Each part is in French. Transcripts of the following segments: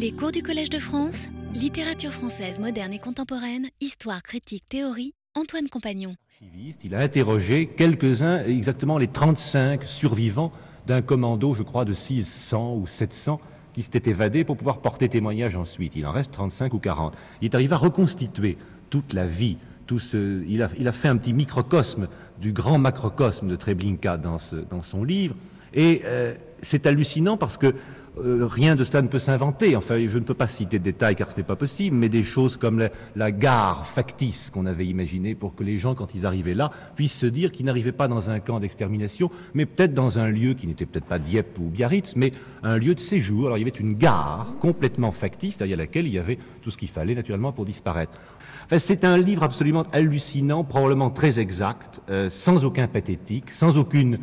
Les cours du Collège de France, littérature française moderne et contemporaine, histoire, critique, théorie, Antoine Compagnon. Il a interrogé quelques-uns, exactement les 35 survivants d'un commando, je crois, de 600 ou 700 qui s'était évadé pour pouvoir porter témoignage ensuite. Il en reste 35 ou 40. Il est arrivé à reconstituer toute la vie, il a fait un petit microcosme du grand macrocosme de Treblinka dans son livre. Et c'est hallucinant parce que rien de cela ne peut s'inventer. Enfin, je ne peux pas citer de détails car ce n'est pas possible, mais des choses comme la gare factice qu'on avait imaginée pour que les gens, quand ils arrivaient là, puissent se dire qu'ils n'arrivaient pas dans un camp d'extermination, mais peut-être dans un lieu qui n'était peut-être pas Dieppe ou Biarritz, mais un lieu de séjour. Alors il y avait une gare complètement factice derrière laquelle il y avait tout ce qu'il fallait naturellement pour disparaître. Enfin, c'est un livre absolument hallucinant, probablement très exact, sans aucun pathétique, sans aucun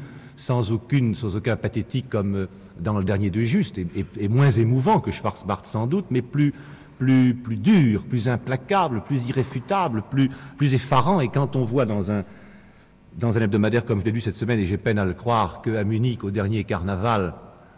pathétique comme dans le dernier de Juste, et moins émouvant que Schwarzbart sans doute, mais plus dur, plus implacable, plus irréfutable, plus effarant. Et quand on voit dans un hebdomadaire comme je l'ai lu cette semaine, et j'ai peine à le croire, qu'à Munich, au dernier carnaval,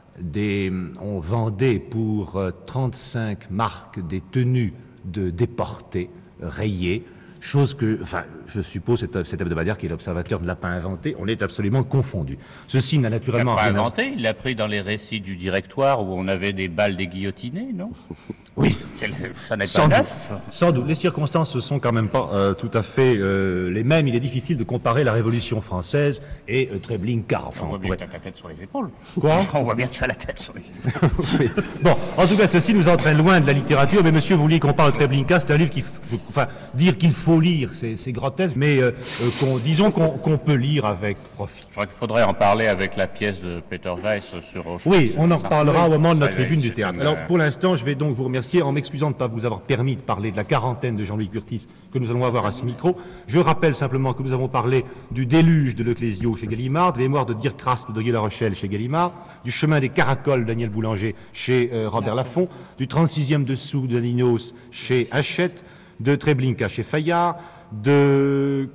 on vendait pour 35 marks des tenues de déportés rayées, chose que, enfin, je suppose, cet hebdomadaire qui est l'Observateur ne l'a pas inventé, on est absolument confondu. Ceci n'a naturellement rien inventé, il l'a pris dans les récits du Directoire où on avait des balles des guillotinés, non? Oui. Ça n'est pas neuf. Sans doute. Les circonstances ne sont quand même pas tout à fait les mêmes. Il est difficile de comparer la Révolution française et Treblinka. Enfin, on voit bien que tu as ta tête sur les épaules. Quoi? On voit bien que tu as la tête sur les épaules. Oui. Bon, en tout cas, ceci nous entraîne loin de la littérature. Mais monsieur, vous vouliez qu'on parle de Treblinka, c'est un livre dire qu'il faut lire, c'est grotesque, mais disons qu'on peut lire avec profit. Je crois qu'il faudrait en parler avec la pièce de Peter Weiss sur Auschwitz. Oui, on en reparlera au moment de notre tribune du théâtre. Alors, pour l'instant, je vais donc vous remercier en m'excusant de ne pas vous avoir permis de parler de la quarantaine de Jean-Louis Curtis que nous allons avoir à ce micro. Je rappelle simplement que nous avons parlé du déluge de Leclésio chez Gallimard, de Mémoire de Dirk Raspe de Guy La Rochelle chez Gallimard, du Chemin des Caracoles Daniel Boulanger chez Robert Laffont, du 36e dessous de Linos chez Hachette, de Treblinka chez Fayard, de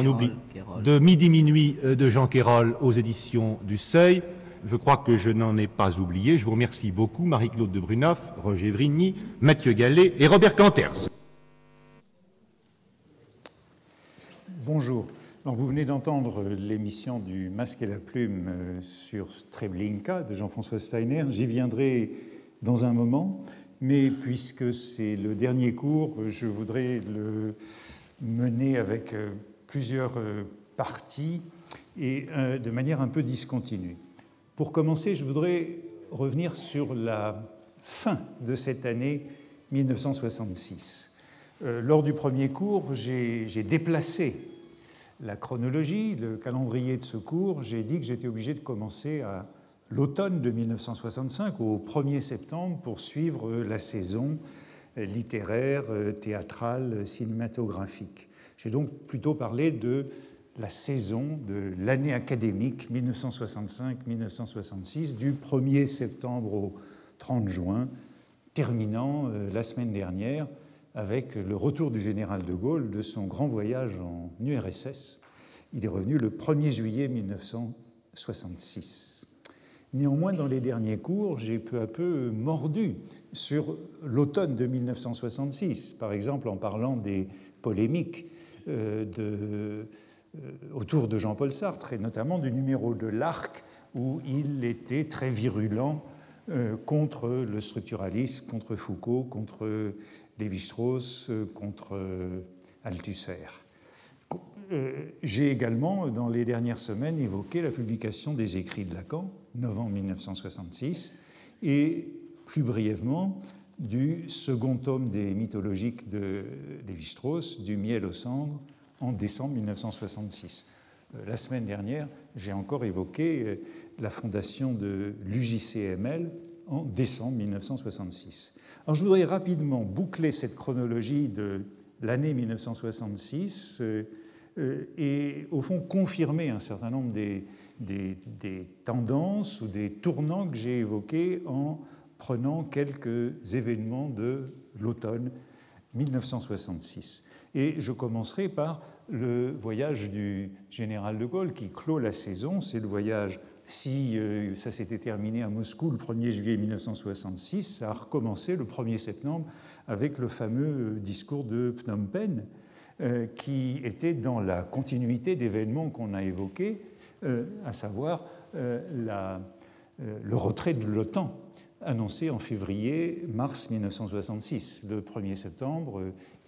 Midi Minuit de Jean Quérol aux éditions du Seuil. Je crois que je n'en ai pas oublié. Je vous remercie beaucoup, Marie-Claude de Brunoff, Roger Vrigny, Mathieu Gallet et Robert Canters. Bonjour. Alors, vous venez d'entendre l'émission du Masque et la Plume sur Treblinka de Jean-François Steiner. J'y viendrai dans un moment, mais puisque c'est le dernier cours, je voudrais le mener avec plusieurs parties et de manière un peu discontinue. Pour commencer, je voudrais revenir sur la fin de cette année 1966. Lors du premier cours, j'ai déplacé la chronologie, le calendrier de ce cours. J'ai dit que j'étais obligé de commencer à l'automne de 1965, au 1er septembre, pour suivre la saison littéraire, théâtrale, cinématographique. J'ai donc plutôt parlé de la saison de l'année académique 1965-1966, du 1er septembre au 30 juin, terminant la semaine dernière avec le retour du général de Gaulle de son grand voyage en URSS. Il est revenu le 1er juillet 1966. Néanmoins, dans les derniers cours, j'ai peu à peu mordu sur l'automne de 1966, par exemple en parlant des polémiques autour de Jean-Paul Sartre, et notamment du numéro de l'Arc, où il était très virulent contre le structuralisme, contre Foucault, contre Lévi-Strauss, contre Althusser. J'ai également, dans les dernières semaines, évoqué la publication des écrits de Lacan, novembre 1966, et plus brièvement du second tome des mythologiques de Lévi-Strauss, du miel aux cendres, en décembre 1966. La semaine dernière, j'ai encore évoqué la fondation de l'UJCML en décembre 1966. Alors, je voudrais rapidement boucler cette chronologie de l'année 1966 et, au fond, confirmer un certain nombre des tendances ou des tournants que j'ai évoqués en prenant quelques événements de l'automne 1966. Et je commencerai par le voyage du général de Gaulle qui clôt la saison. C'est le voyage Si ça s'était terminé à Moscou le 1er juillet 1966, ça a recommencé le 1er septembre avec le fameux discours de Phnom Penh, qui était dans la continuité d'événements qu'on a évoqués, à savoir le retrait de l'OTAN annoncé en février-mars 1966. Le 1er septembre,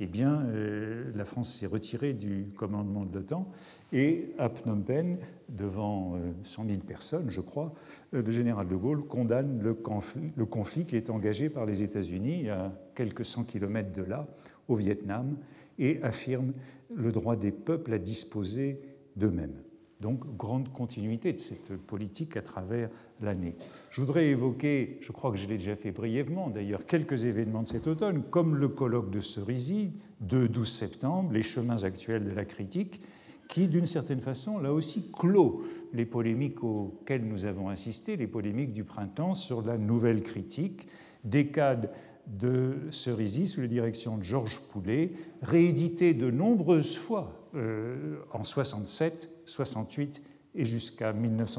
la France s'est retirée du commandement de l'OTAN et à Phnom Penh, devant 100 000 personnes, je crois, le général de Gaulle condamne le conflit qui est engagé par les États-Unis à quelques 100 kilomètres de là, au Vietnam, et affirme le droit des peuples à disposer d'eux-mêmes. Donc, grande continuité de cette politique à travers l'année. Je voudrais évoquer, je crois que je l'ai déjà fait brièvement d'ailleurs, quelques événements de cet automne, comme le colloque de Cerisy, 2-12 septembre, les chemins actuels de la critique, qui, d'une certaine façon, là aussi, clôt les polémiques auxquelles nous avons assisté, les polémiques du printemps sur la nouvelle critique, décade de Cerisy sous la direction de Georges Poulet, réédité de nombreuses fois en 67, 68 et jusqu'à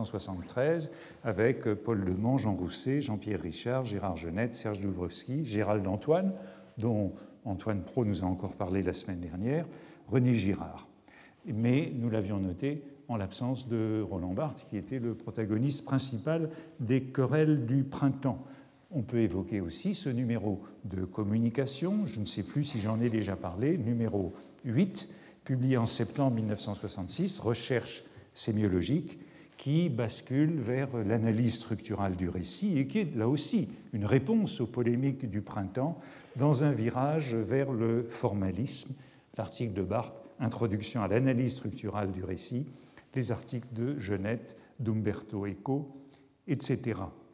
1973, avec Paul Lemans, Jean Rousset, Jean-Pierre Richard, Gérard Genette, Serge Doubrovski, Gérald Antoine, dont Antoine Pro nous a encore parlé la semaine dernière, René Girard. Mais nous l'avions noté en l'absence de Roland Barthes, qui était le protagoniste principal des querelles du printemps. On peut évoquer aussi ce numéro de communication, je ne sais plus si j'en ai déjà parlé, numéro 8, publié en septembre 1966, Recherche sémiologique, qui bascule vers l'analyse structurale du récit et qui est là aussi une réponse aux polémiques du printemps dans un virage vers le formalisme. L'article de Barthes, Introduction à l'analyse structurale du récit, les articles de Genette, d'Umberto Eco, etc.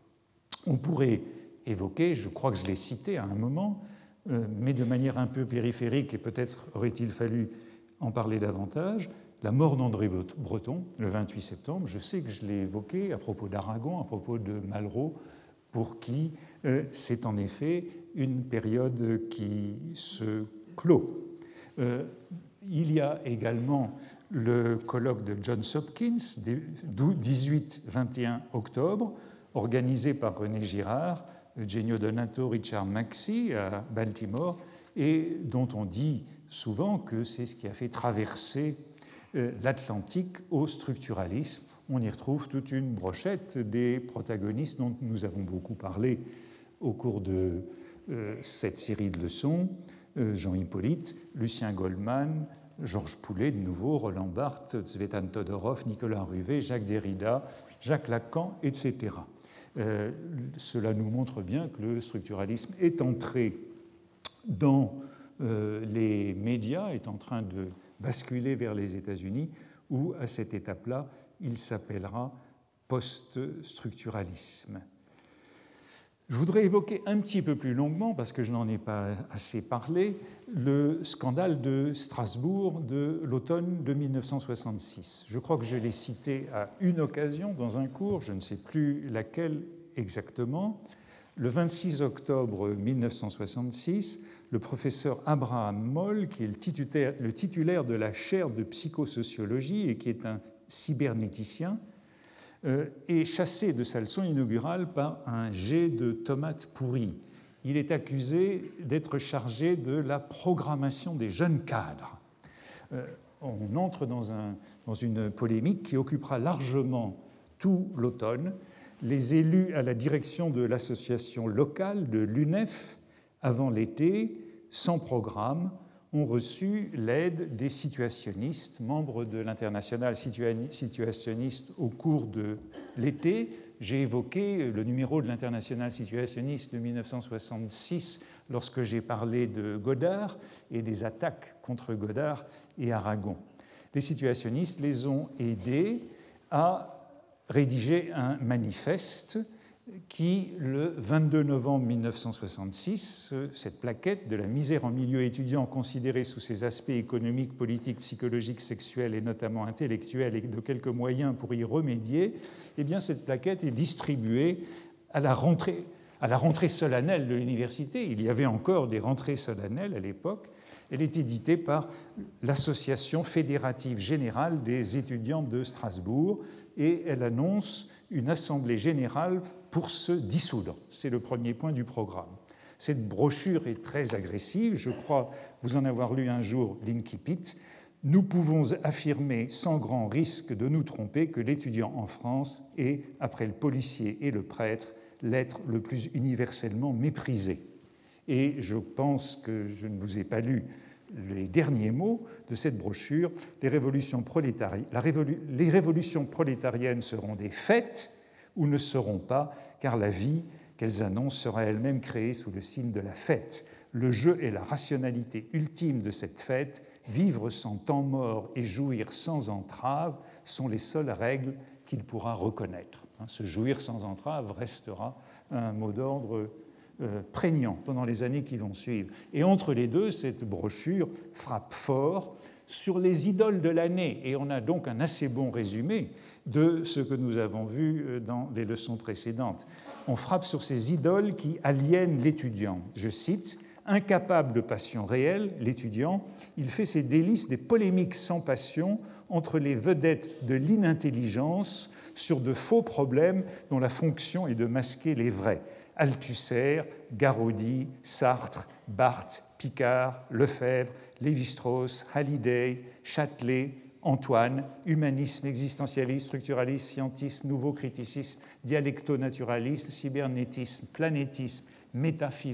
On pourrait évoquer, je crois que je l'ai cité à un moment, mais de manière un peu périphérique, et peut-être aurait-il fallu en parler davantage, la mort d'André Breton, le 28 septembre. Je sais que je l'ai évoqué à propos d'Aragon, à propos de Malraux, pour qui c'est en effet une période qui se clôt. Il y a également le colloque de Johns Hopkins, 18-21 octobre, organisé par René Girard, Eugenio Donato, Richard Maxey à Baltimore, et dont on dit souvent que c'est ce qui a fait traverser l'Atlantique au structuralisme. On y retrouve toute une brochette des protagonistes dont nous avons beaucoup parlé au cours de cette série de leçons. Jean Hippolyte, Lucien Goldman, Georges Poulet de nouveau, Roland Barthes, Tsvetan Todorov, Nicolas Ruvet, Jacques Derrida, Jacques Lacan, etc. Cela nous montre bien que le structuralisme est entré dans les médias, est en train de basculer vers les États-Unis, où à cette étape-là, il s'appellera post-structuralisme. Je voudrais évoquer un petit peu plus longuement, parce que je n'en ai pas assez parlé, le scandale de Strasbourg de l'automne de 1966. Je crois que je l'ai cité à une occasion dans un cours, je ne sais plus laquelle exactement. Le 26 octobre 1966, le professeur Abraham Moll, qui est le titulaire de la chaire de psychosociologie et qui est un cybernéticien, est chassé de sa leçon inaugurale par un jet de tomates pourries. Il est accusé d'être chargé de la programmation des jeunes cadres. On entre dans une polémique qui occupera largement tout l'automne. Les élus à la direction de l'association locale de l'UNEF, avant l'été, sans programme, ont reçu l'aide des situationnistes, membres de l'internationale situationniste au cours de l'été. J'ai évoqué le numéro de l'internationale situationniste de 1966 lorsque j'ai parlé de Godard et des attaques contre Godard et Aragon. Les situationnistes les ont aidés à rédiger un manifeste qui, le 22 novembre 1966, cette plaquette de la misère en milieu étudiant considérée sous ses aspects économiques, politiques, psychologiques, sexuels et notamment intellectuels et de quelques moyens pour y remédier, eh bien cette plaquette est distribuée à la rentrée solennelle de l'université. Il y avait encore des rentrées solennelles à l'époque. Elle est éditée par l'Association fédérative générale des étudiants de Strasbourg, et elle annonce une assemblée générale pour se dissoudre. C'est le premier point du programme. Cette brochure est très agressive, je crois vous en avoir lu un jour l'incipit. Nous pouvons affirmer sans grand risque de nous tromper que l'étudiant en France est, après le policier et le prêtre, l'être le plus universellement méprisé. Et je pense que je ne vous ai pas lu les derniers mots de cette brochure. Les révolutions prolétariennes seront des fêtes ou ne seront pas, car la vie qu'elles annoncent sera elle-même créée sous le signe de la fête. Le jeu est la rationalité ultime de cette fête. Vivre sans temps mort et jouir sans entrave sont les seules règles qu'il pourra reconnaître. Ce jouir sans entrave restera un mot d'ordre prégnant pendant les années qui vont suivre. Et entre les deux, cette brochure frappe fort sur les idoles de l'année. Et on a donc un assez bon résumé de ce que nous avons vu dans les leçons précédentes. On frappe sur ces idoles qui aliènent l'étudiant. Je cite, « Incapable de passion réelle, l'étudiant, il fait ses délices des polémiques sans passion entre les vedettes de l'inintelligence sur de faux problèmes dont la fonction est de masquer les vrais. Althusser, Garaudy, Sartre, Barthes, Picard, Lefebvre, Lévi-Strauss, Halliday, Châtelet, Antoine, humanisme, existentialisme, structuralisme, scientisme, nouveau criticisme, dialecto-naturalisme, cybernétisme, planétisme, métaphilosophisme. »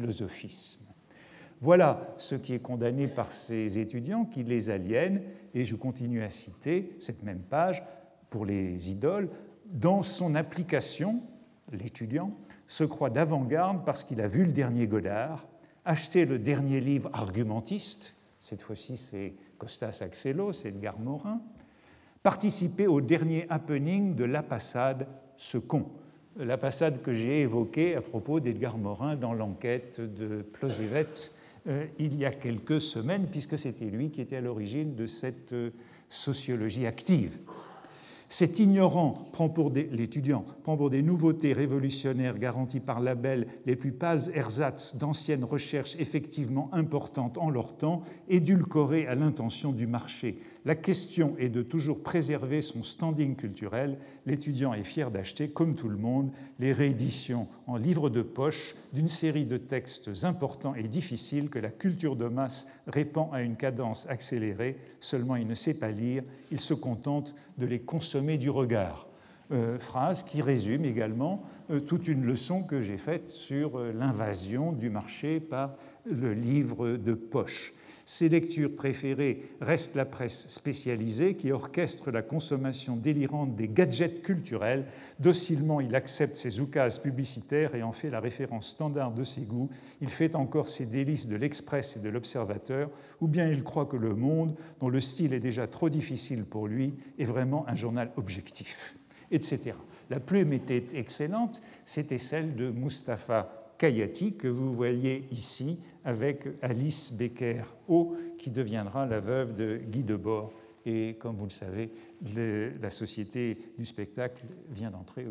Voilà ce qui est condamné par ces étudiants qui les aliènent, et je continue à citer cette même page pour les idoles. Dans son application, l'étudiant se croit d'avant-garde parce qu'il a vu le dernier Godard, acheté le dernier livre argumentiste, cette fois-ci c'est Costas Axelos, c'est Edgar Morin, participé au dernier happening de La Passade, ce con. La Passade que j'ai évoquée à propos d'Edgar Morin dans l'enquête de Plosevet il y a quelques semaines, puisque c'était lui qui était à l'origine de cette sociologie active. Cet ignorant l'étudiant prend pour des nouveautés révolutionnaires garanties par label les plus pâles ersatz d'anciennes recherches effectivement importantes en leur temps, édulcorées à l'intention du marché. La question est de toujours préserver son standing culturel. L'étudiant est fier d'acheter, comme tout le monde, les rééditions en livre de poche d'une série de textes importants et difficiles que la culture de masse répand à une cadence accélérée. Seulement, il ne sait pas lire, il se contente de les consommer du regard. Phrase qui résume également toute une leçon que j'ai faite sur l'invasion du marché par le livre de poche. Ses lectures préférées restent la presse spécialisée qui orchestre la consommation délirante des gadgets culturels. Docilement, il accepte ses oukases publicitaires et en fait la référence standard de ses goûts. Il fait encore ses délices de l'Express et de l'Observateur, ou bien il croit que Le Monde, dont le style est déjà trop difficile pour lui, est vraiment un journal objectif, etc. La plume était excellente, c'était celle de Mustapha Khayati, que vous voyez ici avec Alice Becker-O, qui deviendra la veuve de Guy Debord. Et comme vous le savez, la Société du spectacle vient d'entrer,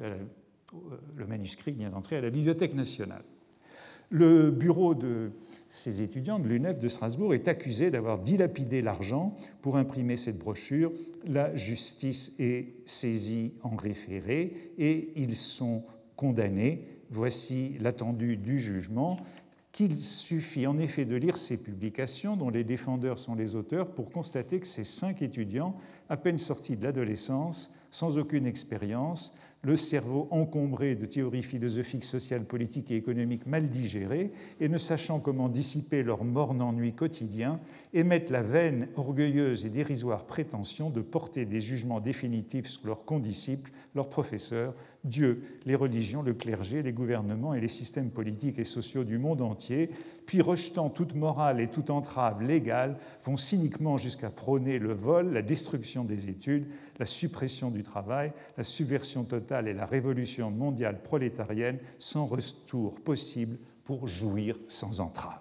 le manuscrit vient d'entrer à la Bibliothèque nationale. Le bureau de ces étudiants de l'UNEF de Strasbourg est accusé d'avoir dilapidé l'argent pour imprimer cette brochure. La justice est saisie en référé et ils sont condamnés. Voici l'attendu du jugement, qu'il suffit en effet de lire ces publications, dont les défendeurs sont les auteurs, pour constater que ces 5 étudiants, à peine sortis de l'adolescence, sans aucune expérience, le cerveau encombré de théories philosophiques, sociales, politiques et économiques mal digérées, et ne sachant comment dissiper leur morne ennui quotidien, émettent la vaine, orgueilleuse et dérisoire prétention de porter des jugements définitifs sur leurs condisciples, leurs professeurs, Dieu, les religions, le clergé, les gouvernements et les systèmes politiques et sociaux du monde entier, puis rejetant toute morale et toute entrave légale, vont cyniquement jusqu'à prôner le vol, la destruction des études, la suppression du travail, la subversion totale et la révolution mondiale prolétarienne sans retour possible pour jouir sans entrave.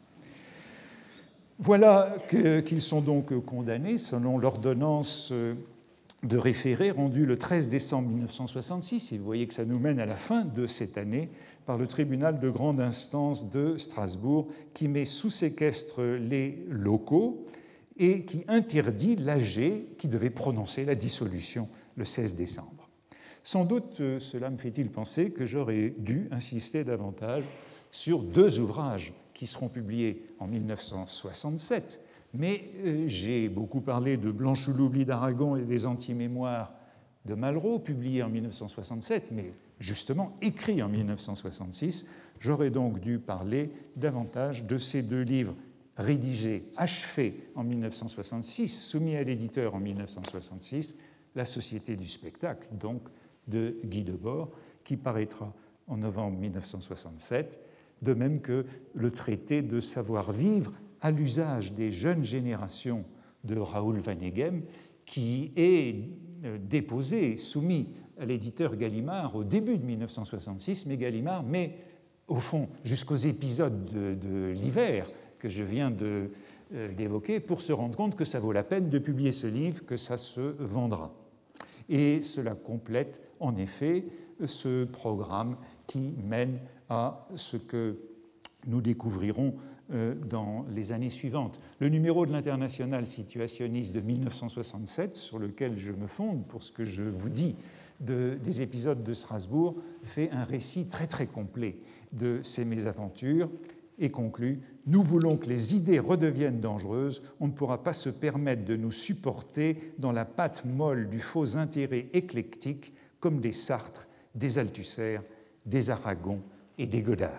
Voilà qu'ils sont donc condamnés selon l'ordonnance de référé rendu le 13 décembre 1966, et vous voyez que ça nous mène à la fin de cette année, par le tribunal de grande instance de Strasbourg, qui met sous séquestre les locaux et qui interdit l'AG qui devait prononcer la dissolution le 16 décembre. Sans doute, cela me fait-il penser que j'aurais dû insister davantage sur deux ouvrages qui seront publiés en 1967, mais j'ai beaucoup parlé de Blanche ou l'oubli d'Aragon et des anti-mémoires de Malraux, publiés en 1967, mais justement écrits en 1966. J'aurais donc dû parler davantage de ces deux livres rédigés, achevés en 1966, soumis à l'éditeur en 1966, La Société du spectacle, donc de Guy Debord, qui paraîtra en novembre 1967, de même que le traité de savoir-vivre à l'usage des jeunes générations de Raoul Vaneigem, qui est déposé, soumis à l'éditeur Gallimard au début de 1966, mais Gallimard met au fond jusqu'aux épisodes de l'hiver que je viens d'évoquer pour se rendre compte que ça vaut la peine de publier ce livre, que ça se vendra. Et cela complète en effet ce programme qui mène à ce que nous découvrirons dans les années suivantes. Le numéro de l'Internationale situationniste de 1967, sur lequel je me fonde pour ce que je vous dis des épisodes de Strasbourg, fait un récit très très complet de ces mésaventures et conclut « Nous voulons que les idées redeviennent dangereuses, on ne pourra pas se permettre de nous supporter dans la pâte molle du faux intérêt éclectique comme des Sartre, des Althusser, des Aragon et des Godard. »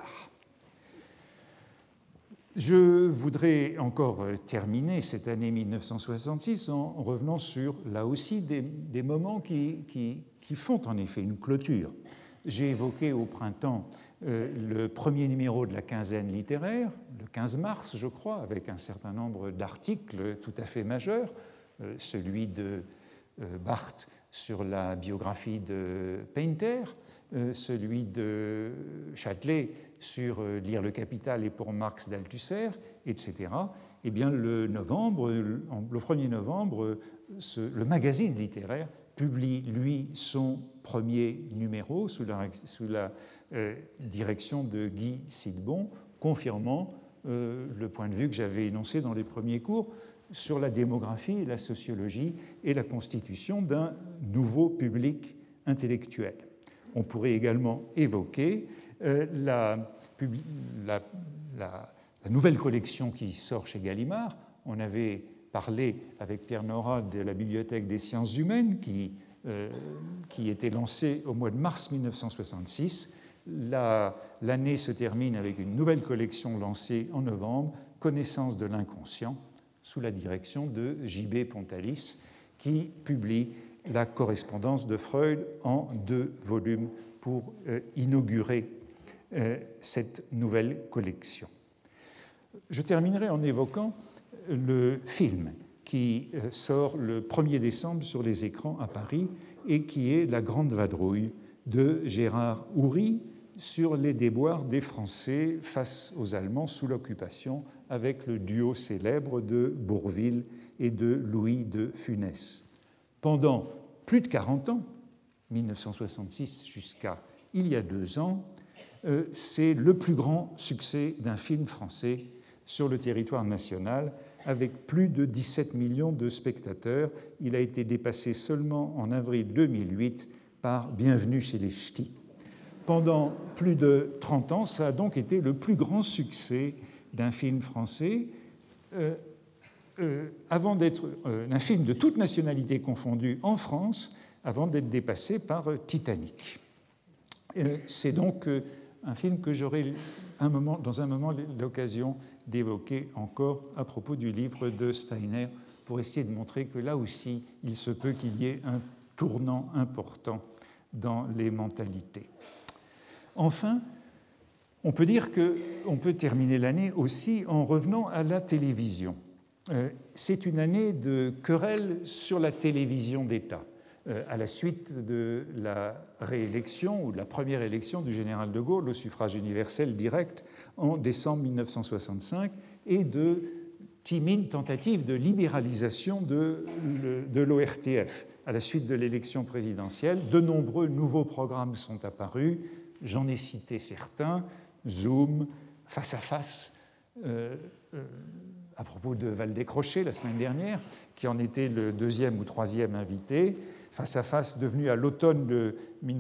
Je voudrais encore terminer cette année 1966 en revenant sur, là aussi, des moments qui font en effet une clôture. J'ai évoqué au printemps le premier numéro de la quinzaine littéraire, le 15 mars, je crois, avec un certain nombre d'articles tout à fait majeurs, celui de Barthes sur la biographie de Painter, celui de Châtelet sur Lire le Capital et pour Marx d'Althusser, etc. Eh bien, le 1er novembre, le magazine littéraire publie, lui, son premier numéro sous la direction de Guy Sidbon, confirmant le point de vue que j'avais énoncé dans les premiers cours sur la démographie, la sociologie et la constitution d'un nouveau public intellectuel. On pourrait également évoquer la nouvelle collection qui sort chez Gallimard. On avait parlé avec Pierre Nora de la Bibliothèque des sciences humaines qui était lancée au mois de mars 1966. L'année se termine avec une nouvelle collection lancée en novembre, Connaissance de l'inconscient, sous la direction de J.B. Pontalis, qui publie la correspondance de Freud en 2 volumes pour inaugurer cette nouvelle collection. Je terminerai en évoquant le film qui sort le 1er décembre sur les écrans à Paris et qui est La Grande Vadrouille de Gérard Houry sur les déboires des Français face aux Allemands sous l'occupation avec le duo célèbre de Bourvil et de Louis de Funès. Pendant plus de 40 ans, 1966 jusqu'à il y a 2 ans, c'est le plus grand succès d'un film français sur le territoire national, avec plus de 17 millions de spectateurs. Il a été dépassé seulement en avril 2008 par Bienvenue chez les Ch'tis. Pendant plus de 30 ans, ça a donc été le plus grand succès d'un film français, avant d'être un film de toute nationalité confondue en France, avant d'être dépassé par Titanic. C'est donc un film que j'aurai dans un moment l'occasion d'évoquer encore à propos du livre de Steiner, pour essayer de montrer que là aussi, il se peut qu'il y ait un tournant important dans les mentalités. Enfin, on peut dire qu'on peut terminer l'année aussi en revenant à la télévision. C'est une année de querelle sur la télévision d'État. À la suite de la réélection ou de la première élection du général de Gaulle au suffrage universel direct en décembre 1965 et de timides tentatives de libéralisation de l'ORTF. À la suite de l'élection présidentielle, de nombreux nouveaux programmes sont apparus. J'en ai cité certains, Zoom, Face à Face, à propos de Valdez-Crochet la semaine dernière, qui en était le deuxième ou troisième invité, face à face devenu à l'automne de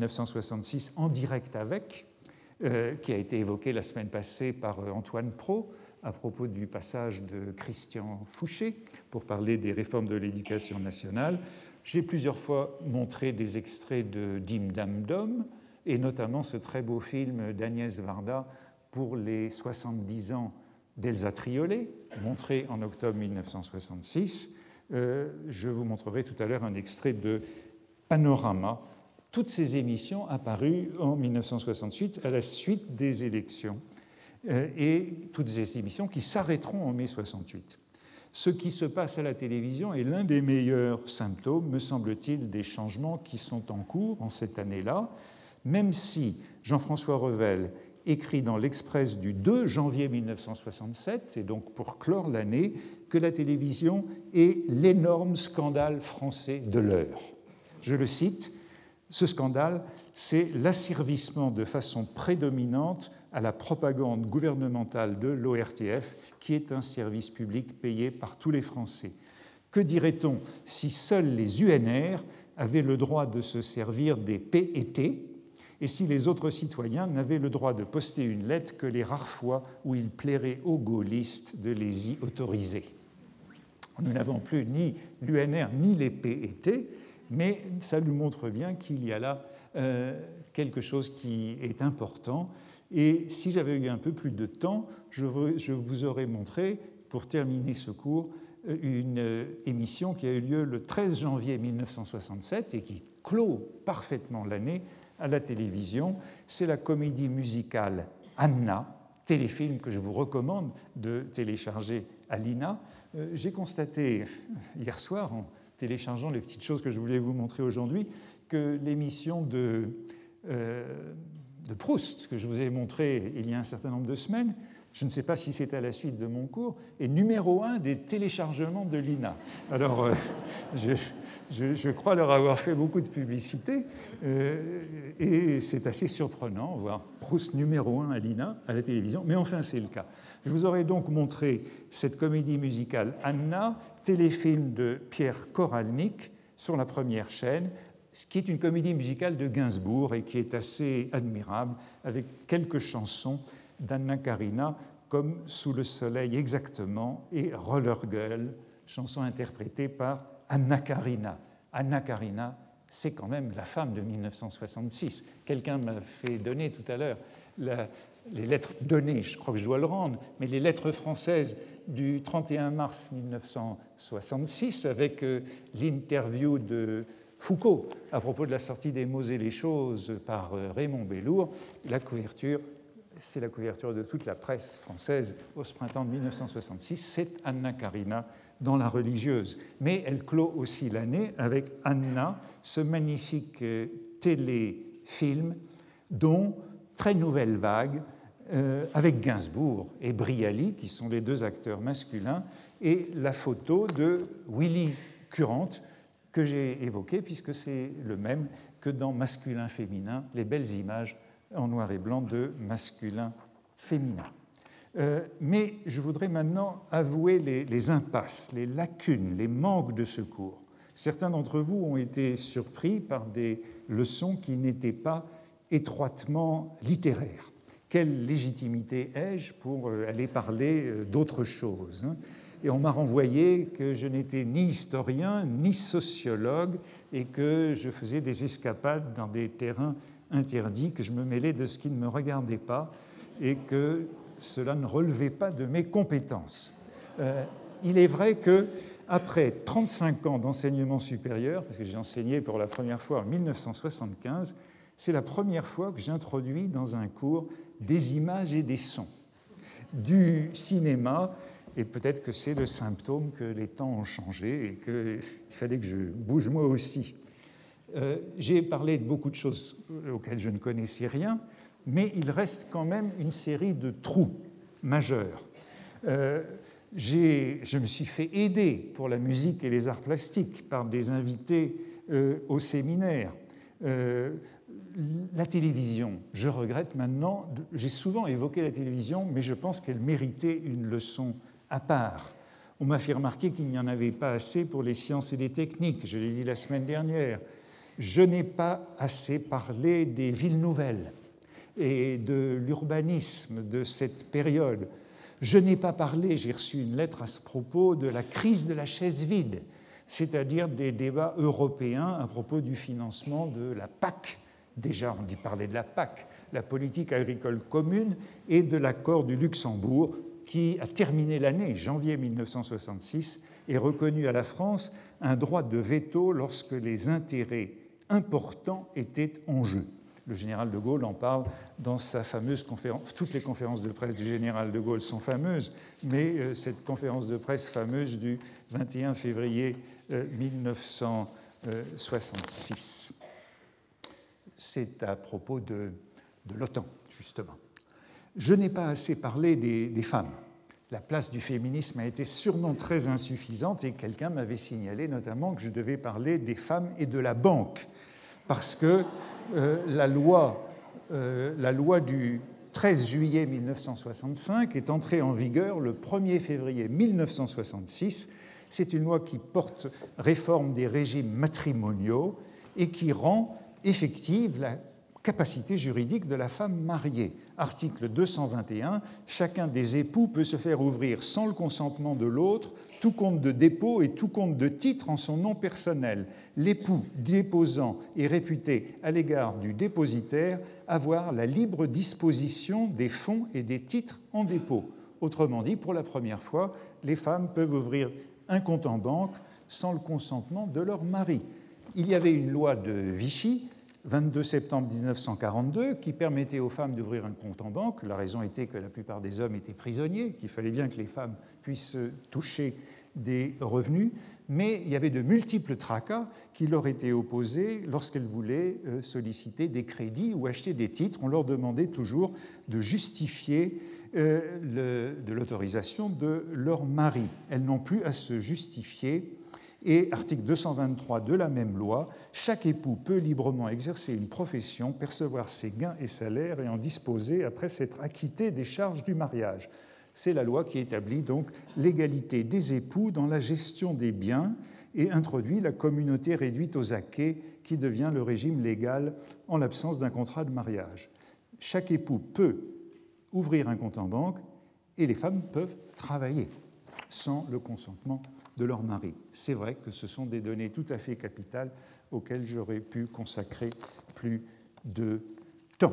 1966 en direct avec, qui a été évoqué la semaine passée par Antoine Pro à propos du passage de Christian Fouché pour parler des réformes de l'éducation nationale. J'ai plusieurs fois montré des extraits de Dim Dam Dom, et notamment ce très beau film d'Agnès Varda pour les 70 ans d'Elsa Triolet, montré en octobre 1966. Je vous montrerai tout à l'heure un extrait de Panorama, toutes ces émissions apparues en 1968 à la suite des élections, et toutes ces émissions qui s'arrêteront en mai 68. Ce qui se passe à la télévision est l'un des meilleurs symptômes, me semble-t-il, des changements qui sont en cours en cette année-là, même si Jean-François Revel écrit dans l'Express du 2 janvier 1967, et donc pour clore l'année, que la télévision est l'énorme scandale français de l'heure. Je le cite, « Ce scandale, c'est l'asservissement de façon prédominante à la propagande gouvernementale de l'ORTF, qui est un service public payé par tous les Français. Que dirait-on si seuls les UNR avaient le droit de se servir des PET et si les autres citoyens n'avaient le droit de poster une lettre que les rares fois où il plairait aux gaullistes de les y autoriser ?» Nous n'avons plus ni l'UNR ni les PET, mais ça nous montre bien qu'il y a là quelque chose qui est important. Et si j'avais eu un peu plus de temps, je vous aurais montré, pour terminer ce cours, une émission qui a eu lieu le 13 janvier 1967 et qui clôt parfaitement l'année à la télévision. C'est la comédie musicale Anna, téléfilm que je vous recommande de télécharger à l'INA. J'ai constaté hier soir, en téléchargeant les petites choses que je voulais vous montrer aujourd'hui, que l'émission de Proust, que je vous ai montrée il y a un certain nombre de semaines, je ne sais pas si c'est à la suite de mon cours, est numéro 1 des téléchargements de l'INA. Alors, je crois leur avoir fait beaucoup de publicité, et c'est assez surprenant, voir Proust numéro 1 à l'INA, à la télévision, mais enfin c'est le cas. Je vous aurais donc montré cette comédie musicale Anna, téléfilm de Pierre Koralnik sur la première chaîne, ce qui est une comédie musicale de Gainsbourg et qui est assez admirable, avec quelques chansons d'Anna Karina, comme Sous le soleil exactement et Roller Girl, chanson interprétée par Anna Karina. Anna Karina, c'est quand même la femme de 1966. Quelqu'un m'a fait donner tout à l'heure les lettres données, je crois que je dois le rendre, mais les lettres françaises du 31 mars 1966 avec l'interview de Foucault à propos de la sortie des Mots et les choses par Raymond Bellour. La couverture, c'est la couverture de toute la presse française au printemps de 1966, c'est Anna Karina dans La Religieuse. Mais elle clôt aussi l'année avec Anna, ce magnifique téléfilm dont Très nouvelle vague, avec Gainsbourg et Brialy, qui sont les deux acteurs masculins, et la photo de Willy Current, que j'ai évoqué, puisque c'est le même que dans Masculin-Féminin, les belles images en noir et blanc de masculin-féminin. Mais je voudrais maintenant avouer les impasses, les lacunes, les manques de ce cours. Certains d'entre vous ont été surpris par des leçons qui n'étaient pas étroitement littéraires. Quelle légitimité ai-je pour aller parler d'autre chose, hein ? Et on m'a renvoyé que je n'étais ni historien ni sociologue et que je faisais des escapades dans des terrains interdits, que je me mêlais de ce qui ne me regardait pas et que cela ne relevait pas de mes compétences. Il est vrai qu'après 35 ans d'enseignement supérieur, parce que j'ai enseigné pour la première fois en 1975, c'est la première fois que j'introduis dans un cours des images et des sons du cinéma. Et peut-être que c'est le symptôme que les temps ont changé et qu'il fallait que je bouge moi aussi. J'ai parlé de beaucoup de choses auxquelles je ne connaissais rien, mais il reste quand même une série de trous majeurs. Je me suis fait aider pour la musique et les arts plastiques par des invités au séminaire. La télévision, je regrette maintenant, j'ai souvent évoqué la télévision, mais je pense qu'elle méritait une leçon à part. On m'a fait remarquer qu'il n'y en avait pas assez pour les sciences et les techniques, je l'ai dit la semaine dernière. Je n'ai pas assez parlé des villes nouvelles et de l'urbanisme de cette période. Je n'ai pas parlé, j'ai reçu une lettre à ce propos, de la crise de la chaise vide, c'est-à-dire des débats européens à propos du financement de la PAC. Déjà, on parlait de la PAC, la politique agricole commune, et de l'accord du Luxembourg, qui a terminé l'année, janvier 1966, et reconnu à la France un droit de veto lorsque les intérêts importants étaient en jeu. Le général de Gaulle en parle dans sa fameuse conférence. Toutes les conférences de presse du général de Gaulle sont fameuses, mais cette conférence de presse fameuse du 21 février 1966. C'est à propos de l'OTAN, justement. Je n'ai pas assez parlé des femmes. La place du féminisme a été sûrement très insuffisante et quelqu'un m'avait signalé notamment que je devais parler des femmes et de la banque, parce que la loi du 13 juillet 1965 est entrée en vigueur le 1er février 1966. C'est une loi qui porte réforme des régimes matrimoniaux et qui rend effective la capacité juridique de la femme mariée. Article 221, chacun des époux peut se faire ouvrir sans le consentement de l'autre tout compte de dépôt et tout compte de titre en son nom personnel. L'époux déposant est réputé à l'égard du dépositaire avoir la libre disposition des fonds et des titres en dépôt. Autrement dit, pour la première fois, les femmes peuvent ouvrir un compte en banque sans le consentement de leur mari. Il y avait une loi de Vichy, 22 septembre 1942, qui permettait aux femmes d'ouvrir un compte en banque. La raison était que la plupart des hommes étaient prisonniers, qu'il fallait bien que les femmes puissent toucher des revenus, mais il y avait de multiples tracas qui leur étaient opposés lorsqu'elles voulaient solliciter des crédits ou acheter des titres. On leur demandait toujours de justifier de l'autorisation de leur mari. Elles n'ont plus à se justifier. Et article 223 de la même loi, chaque époux peut librement exercer une profession, percevoir ses gains et salaires et en disposer après s'être acquitté des charges du mariage. C'est la loi qui établit donc l'égalité des époux dans la gestion des biens et introduit la communauté réduite aux acquêts qui devient le régime légal en l'absence d'un contrat de mariage. Chaque époux peut ouvrir un compte en banque et les femmes peuvent travailler sans le consentement de leur mari. C'est vrai que ce sont des données tout à fait capitales auxquelles j'aurais pu consacrer plus de temps.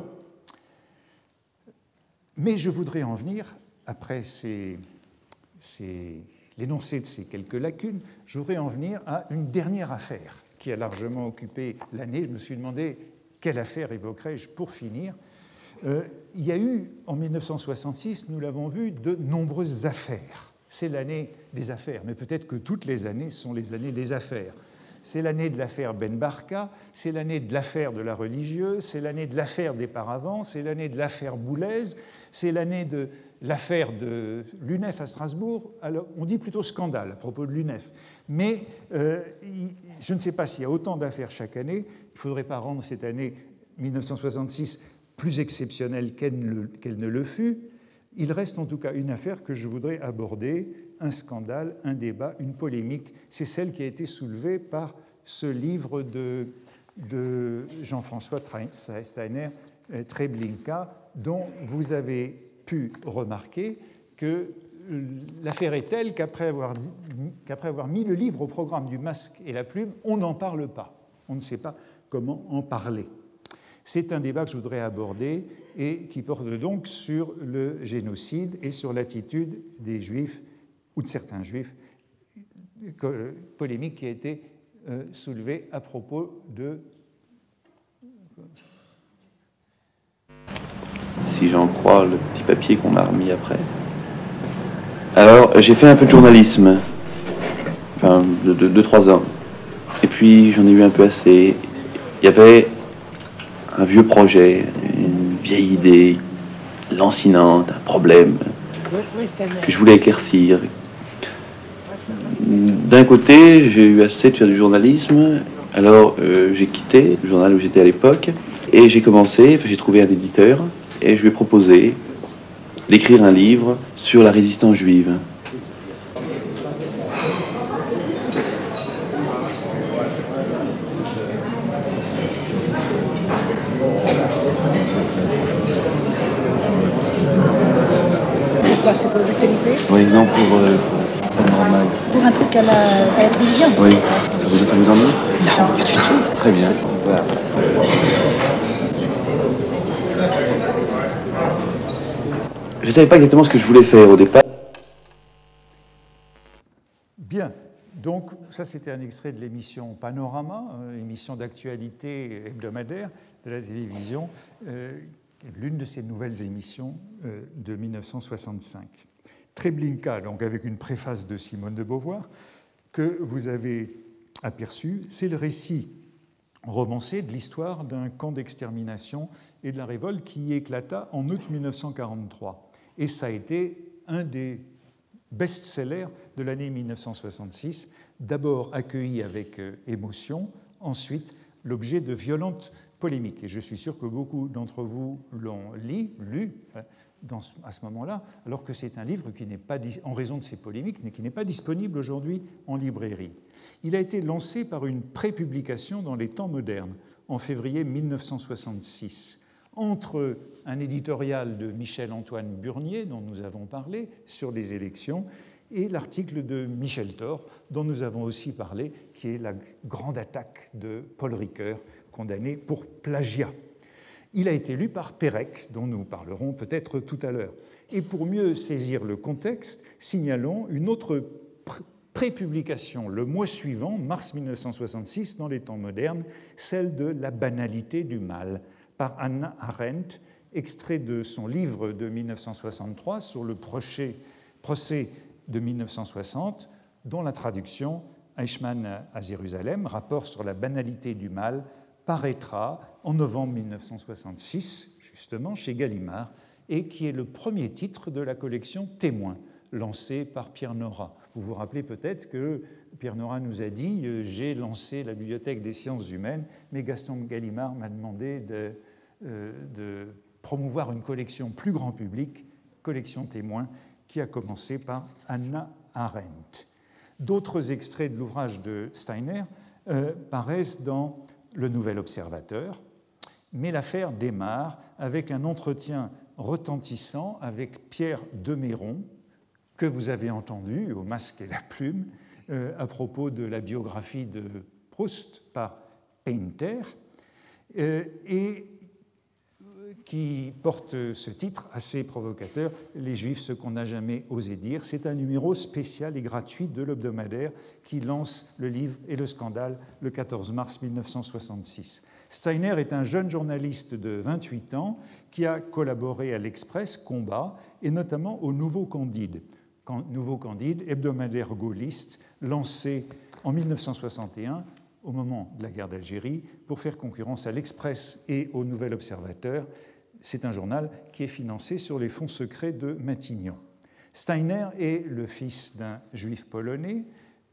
Mais je voudrais en venir, après l'énoncé de ces quelques lacunes, je voudrais en venir à une dernière affaire qui a largement occupé l'année. Je me suis demandé quelle affaire évoquerais-je pour finir. Il y a eu, en 1966, nous l'avons vu, de nombreuses affaires. C'est l'année des affaires, mais peut-être que toutes les années sont les années des affaires. C'est l'année de l'affaire Ben Barka, c'est l'année de l'affaire de la religieuse, c'est l'année de l'affaire des Paravents, c'est l'année de l'affaire Boulez, c'est l'année de l'affaire de l'UNEF à Strasbourg. Alors, on dit plutôt scandale à propos de l'UNEF, mais je ne sais pas s'il y a autant d'affaires chaque année. Il ne faudrait pas rendre cette année 1966 plus exceptionnelle qu'elle ne le fut. Il reste en tout cas une affaire que je voudrais aborder, un scandale, un débat, une polémique. C'est celle qui a été soulevée par ce livre de Jean-François Steiner, Treblinka, dont vous avez pu remarquer que l'affaire est telle qu'après avoir mis le livre au programme du Masque et la Plume, on n'en parle pas. On ne sait pas comment en parler. C'est un débat que je voudrais aborder et qui porte donc sur le génocide et sur l'attitude des Juifs, ou de certains Juifs, polémique qui a été soulevée à propos de... Si j'en crois le petit papier qu'on m'a remis après. Alors, j'ai fait un peu de journalisme, enfin, de 2-3 ans. Et puis, j'en ai eu un peu assez. Il y avait un vieux projet, une vieille idée, lancinante, un problème que je voulais éclaircir. D'un côté, j'ai eu assez de faire du journalisme, alors j'ai quitté le journal où j'étais à l'époque, et j'ai trouvé un éditeur, et je lui ai proposé d'écrire un livre sur la résistance juive. quoi? C'est pour les actualités? Oui, non, pour Panorama. Pour un truc à la télévision? Oui, ça vous ennuie? Non, pas du tout. Très bien, voilà. Je ne savais pas exactement ce que je voulais faire au départ. Bien, donc ça c'était un extrait de l'émission Panorama, émission d'actualité hebdomadaire de la télévision, l'une de ces nouvelles émissions de 1965. Treblinka, donc avec une préface de Simone de Beauvoir, que vous avez aperçu, c'est le récit romancé de l'histoire d'un camp d'extermination et de la révolte qui éclata en août 1943. Et ça a été un des best-sellers de l'année 1966, d'abord accueilli avec émotion, ensuite l'objet de violentes polémiques. Et je suis sûr que beaucoup d'entre vous l'ont lu à ce moment-là, alors que c'est un livre qui n'est pas, en raison de ces polémiques, qui n'est pas disponible aujourd'hui en librairie. Il a été lancé par une prépublication dans les Temps modernes en février 1966, entre un éditorial de Michel-Antoine Burnier, dont nous avons parlé, sur les élections, et l'article de Michel Thor, dont nous avons aussi parlé, qui est la grande attaque de Paul Ricoeur, condamné pour plagiat. Il a été lu par Pérec, dont nous parlerons peut-être tout à l'heure. Et pour mieux saisir le contexte, signalons une autre prépublication le mois suivant, mars 1966, dans les Temps modernes, celle de La banalité du mal, par Hannah Arendt, extrait de son livre de 1963 sur le procès de 1960, dont la traduction, Eichmann à Jérusalem, rapport sur la banalité du mal, paraîtra en novembre 1966, justement, chez Gallimard, et qui est le premier titre de la collection Témoins, lancée par Pierre Nora. Vous vous rappelez peut-être que Pierre Nora nous a dit « J'ai lancé la Bibliothèque des sciences humaines, mais Gaston Gallimard m'a demandé de promouvoir une collection plus grand public, collection Témoins, qui a commencé par Hannah Arendt. » D'autres extraits de l'ouvrage de Steiner paraissent dans Le Nouvel Observateur, mais l'affaire démarre avec un entretien retentissant avec Pierre Deméron, que vous avez entendu au Masque et la Plume, à propos de la biographie de Proust par Painter, et qui porte ce titre assez provocateur, « Les Juifs, ce qu'on n'a jamais osé dire ». C'est un numéro spécial et gratuit de l'hebdomadaire qui lance le livre et le scandale le 14 mars 1966. Steiner est un jeune journaliste de 28 ans qui a collaboré à l'Express, Combat, et notamment au Nouveau Candide. Nouveau Candide, hebdomadaire gaulliste, lancé en 1961, au moment de la guerre d'Algérie, pour faire concurrence à l'Express et au Nouvel Observateur. C'est un journal qui est financé sur les fonds secrets de Matignon. Steiner est le fils d'un juif polonais,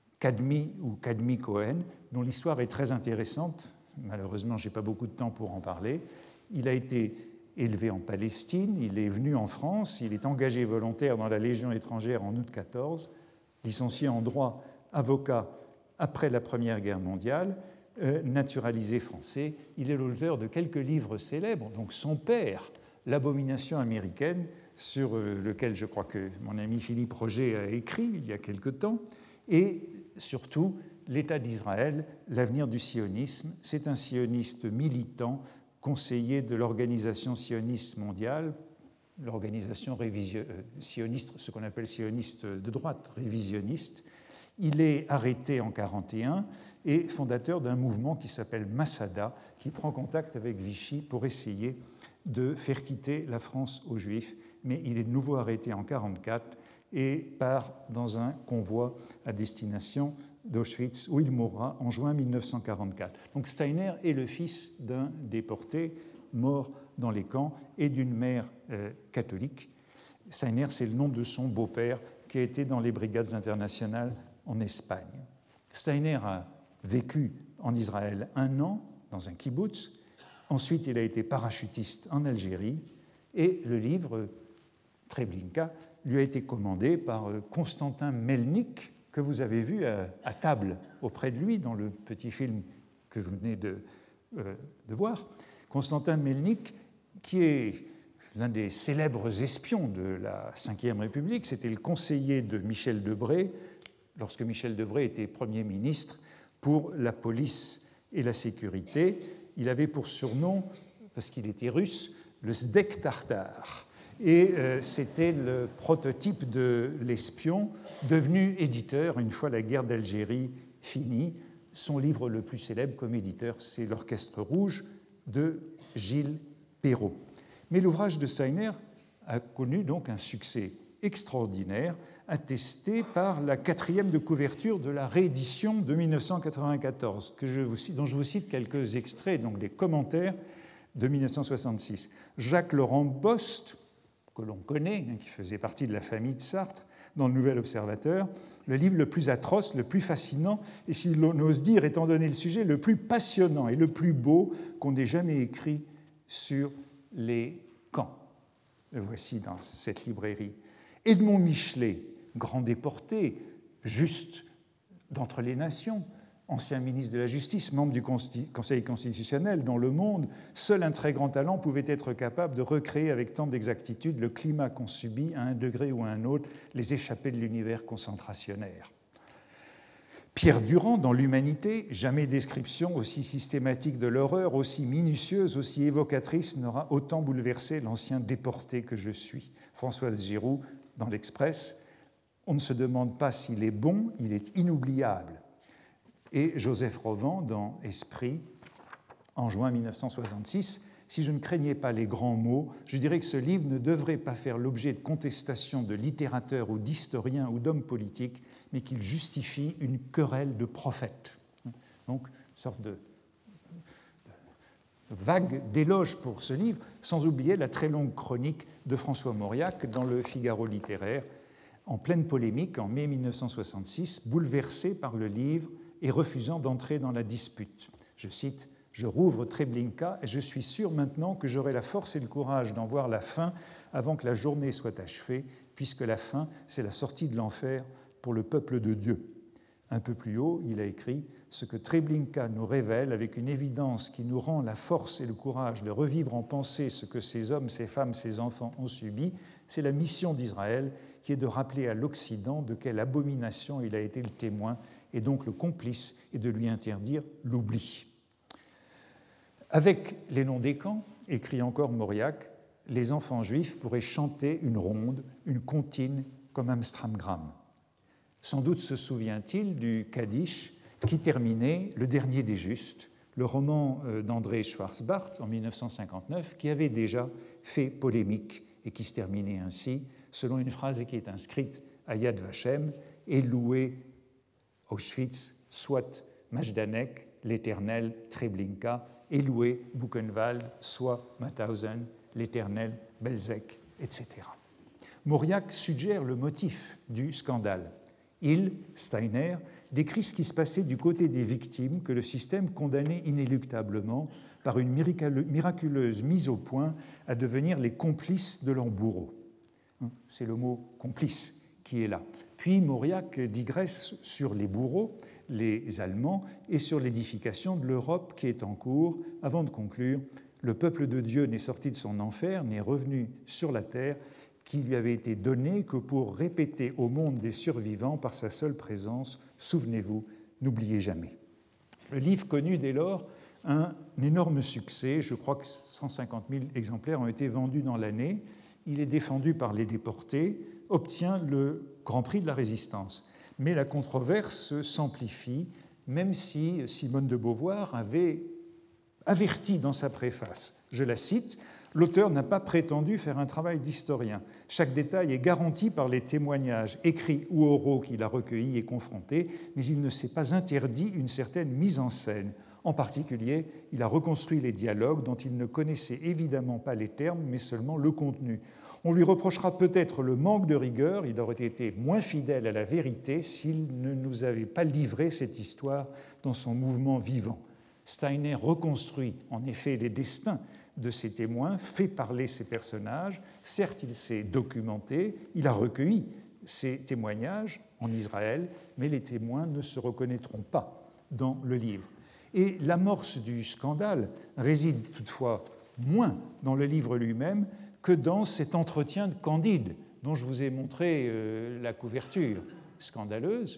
Kadmi ou Kadmi Cohen, dont l'histoire est très intéressante. Malheureusement, je n'ai pas beaucoup de temps pour en parler. Il a été élevé en Palestine, il est venu en France, il est engagé volontaire dans la Légion étrangère en août 1914, licencié en droit, avocat après la Première Guerre mondiale, naturalisé français. Il est l'auteur de quelques livres célèbres, donc son père, L'abomination américaine, sur lequel je crois que mon ami Philippe Roger a écrit il y a quelque temps, et surtout l'État d'Israël, l'avenir du sionisme. C'est un sioniste militant, conseiller de l'organisation sioniste mondiale, l'organisation sioniste, ce qu'on appelle sioniste de droite, révisionniste. Il est arrêté en 1941 et fondateur d'un mouvement qui s'appelle Masada, qui prend contact avec Vichy pour essayer de faire quitter la France aux Juifs. Mais il est de nouveau arrêté en 1944 et part dans un convoi à destination d'Auschwitz, où il mourra en juin 1944. Donc Steiner est le fils d'un déporté mort dans les camps et d'une mère catholique. Steiner, c'est le nom de son beau-père qui a été dans les brigades internationales en Espagne. Steiner a vécu en Israël 1 an dans un kibbutz. Ensuite, il a été parachutiste en Algérie. Et le livre Treblinka lui a été commandé par Constantin Melnik, que vous avez vu à table auprès de lui dans le petit film que vous venez de voir. Constantin Melnik, qui est l'un des célèbres espions de la Ve République. C'était le conseiller de Michel Debré, lorsque Michel Debré était Premier ministre pour la police et la sécurité. Il avait pour surnom, parce qu'il était russe, le Zdek Tartar. Et c'était le prototype de l'espion devenu éditeur une fois la guerre d'Algérie finie. Son livre le plus célèbre comme éditeur, c'est L'Orchestre Rouge de Gilles Perrault. Mais l'ouvrage de Steiner a connu donc un succès extraordinaire, attesté par la 4e de couverture de la réédition de 1994, dont je vous cite quelques extraits, donc des commentaires de 1966. Jacques Laurent Bost, que l'on connaît, qui faisait partie de la famille de Sartre, dans le Nouvel Observateur, le livre le plus atroce, le plus fascinant, et si l'on ose dire, étant donné le sujet, le plus passionnant et le plus beau qu'on ait jamais écrit sur les camps. Le voici dans cette librairie. Edmond Michelet, grand déporté, juste d'entre les nations, ancien ministre de la Justice, membre du Conseil constitutionnel dans Le Monde, seul un très grand talent pouvait être capable de recréer avec tant d'exactitude le climat qu'ont subi, à un degré ou à un autre, les échappés de l'univers concentrationnaire. Pierre Durand, dans L'Humanité, jamais description aussi systématique de l'horreur, aussi minutieuse, aussi évocatrice, n'aura autant bouleversé l'ancien déporté que je suis. Françoise Giroud, dans l'Express, on ne se demande pas s'il est bon, il est inoubliable. Et Joseph Rovan, dans Esprit, en juin 1966, si je ne craignais pas les grands mots, je dirais que ce livre ne devrait pas faire l'objet de contestations de littérateurs ou d'historiens ou d'hommes politiques, mais qu'il justifie une querelle de prophètes. Donc, une sorte de vague d'éloges pour ce livre, sans oublier la très longue chronique de François Mauriac dans le Figaro littéraire, en pleine polémique en mai 1966, bouleversé par le livre et refusant d'entrer dans la dispute. Je cite, « Je rouvre Treblinka et je suis sûr maintenant que j'aurai la force et le courage d'en voir la fin avant que la journée soit achevée, puisque la fin, c'est la sortie de l'enfer pour le peuple de Dieu. » Un peu plus haut, il a écrit « Ce que Treblinka nous révèle avec une évidence qui nous rend la force et le courage de revivre en pensée ce que ces hommes, ces femmes, ces enfants ont subi, c'est la mission d'Israël qui est de rappeler à l'Occident de quelle abomination il a été le témoin et donc le complice, et de lui interdire l'oubli. » Avec les noms des camps, écrit encore Mauriac, les enfants juifs pourraient chanter une ronde, une comptine comme Amstramgram. Sans doute se souvient-il du Kaddish qui terminait Le Dernier des Justes, le roman d'André Schwarzbart en 1959, qui avait déjà fait polémique et qui se terminait ainsi, selon une phrase qui est inscrite à Yad Vashem, « Et loué Auschwitz, soit Majdanek, l'Éternel, Treblinka, et loué Buchenwald, soit Mauthausen, l'Éternel, Belzec, etc. » Mauriac suggère le motif du scandale. Il, Steiner, décrit ce qui se passait du côté des victimes que le système condamnait inéluctablement par une miraculeuse mise au point à devenir les complices de leurs bourreaux. C'est le mot « complice » qui est là. Puis Mauriac digresse sur les bourreaux, les Allemands, et sur l'édification de l'Europe qui est en cours, avant de conclure « Le peuple de Dieu n'est sorti de son enfer, n'est revenu sur la terre, qui lui avait été donné que pour répéter au monde des survivants par sa seule présence, souvenez-vous, n'oubliez jamais. » Le livre connut dès lors un énorme succès, je crois que 150 000 exemplaires ont été vendus dans l'année. Il est défendu par les déportés, obtient le Grand Prix de la Résistance. Mais la controverse s'amplifie, même si Simone de Beauvoir avait averti dans sa préface, je la cite, « L'auteur n'a pas prétendu faire un travail d'historien. Chaque détail est garanti par les témoignages écrits ou oraux qu'il a recueillis et confrontés, mais il ne s'est pas interdit une certaine mise en scène. En particulier, il a reconstruit les dialogues dont il ne connaissait évidemment pas les termes, mais seulement le contenu. On lui reprochera peut-être le manque de rigueur, il aurait été moins fidèle à la vérité s'il ne nous avait pas livré cette histoire dans son mouvement vivant. » Steiner reconstruit en effet les destins de ces témoins, fait parler ces personnages. Certes, il s'est documenté, il a recueilli ces témoignages en Israël, mais les témoins ne se reconnaîtront pas dans le livre. Et l'amorce du scandale réside toutefois moins dans le livre lui-même que dans cet entretien de Candide, dont je vous ai montré la couverture scandaleuse.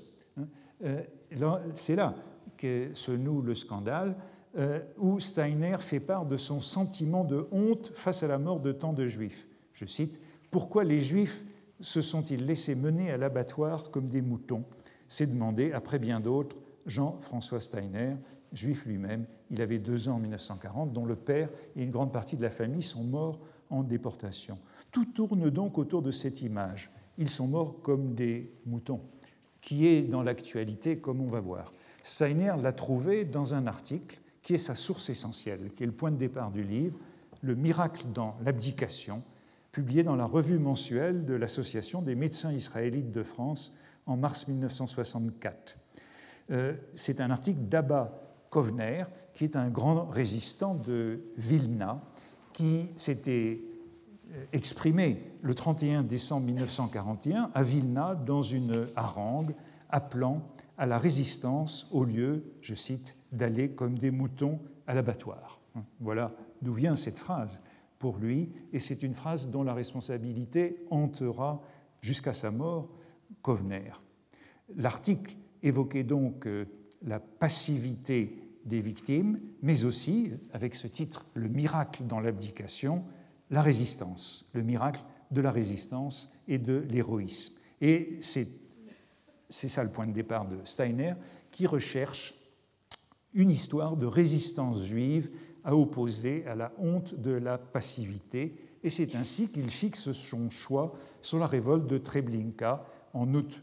C'est là que se noue le scandale, où Steiner fait part de son sentiment de honte face à la mort de tant de Juifs. Je cite, « Pourquoi les Juifs se sont-ils laissés mener à l'abattoir comme des moutons ?» s'est demandé, après bien d'autres, Jean-François Steiner, juif lui-même. Il avait 2 ans en 1940, dont le père et une grande partie de la famille sont morts en déportation. Tout tourne donc autour de cette image. Ils sont morts comme des moutons, qui est dans l'actualité, comme on va voir. Steiner l'a trouvé dans un article qui est sa source essentielle, qui est le point de départ du livre, Le miracle dans l'abdication, publié dans la revue mensuelle de l'Association des médecins israélites de France en mars 1964. C'est un article d'Abba Kovner, qui est un grand résistant de Vilna, qui s'était exprimé le 31 décembre 1941 à Vilna dans une harangue appelant à la résistance au lieu, je cite, d'aller comme des moutons à l'abattoir. Voilà d'où vient cette phrase pour lui, et c'est une phrase dont la responsabilité hantera jusqu'à sa mort Kovner. L'article évoquait donc la passivité des victimes, mais aussi, avec ce titre, le miracle dans l'abdication, la résistance, le miracle de la résistance et de l'héroïsme. Et c'est ça le point de départ de Steiner, qui recherche une histoire de résistance juive à opposer à la honte de la passivité. Et c'est ainsi qu'il fixe son choix sur la révolte de Treblinka en août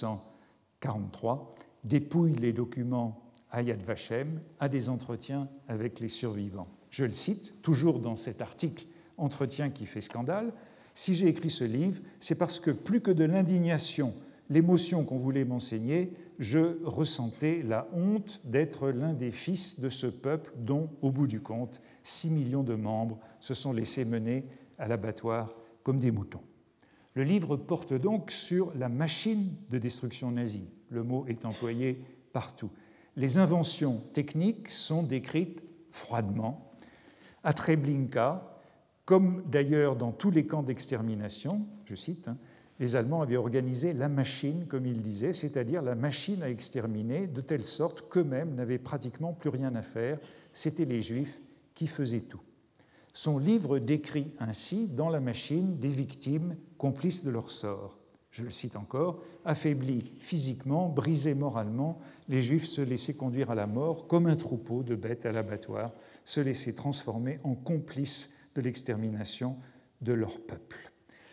1943, dépouille les documents à Yad Vashem, a des entretiens avec les survivants. Je le cite, toujours dans cet article « Entretien qui fait scandale », si j'ai écrit ce livre, c'est parce que plus que de l'indignation, l'émotion qu'on voulait m'enseigner, je ressentais la honte d'être l'un des fils de ce peuple dont, au bout du compte, 6 millions de membres se sont laissés mener à l'abattoir comme des moutons. Le livre porte donc sur la machine de destruction nazie. Le mot est employé partout. Les inventions techniques sont décrites froidement. À Treblinka, comme d'ailleurs dans tous les camps d'extermination, je cite, les Allemands avaient organisé la machine, comme ils disaient, c'est-à-dire la machine à exterminer, de telle sorte qu'eux-mêmes n'avaient pratiquement plus rien à faire. C'étaient les Juifs qui faisaient tout. Son livre décrit ainsi, dans la machine, des victimes complices de leur sort. Je le cite encore, affaiblis physiquement, brisés moralement, les Juifs se laissaient conduire à la mort comme un troupeau de bêtes à l'abattoir, se laissaient transformer en complices de l'extermination de leur peuple.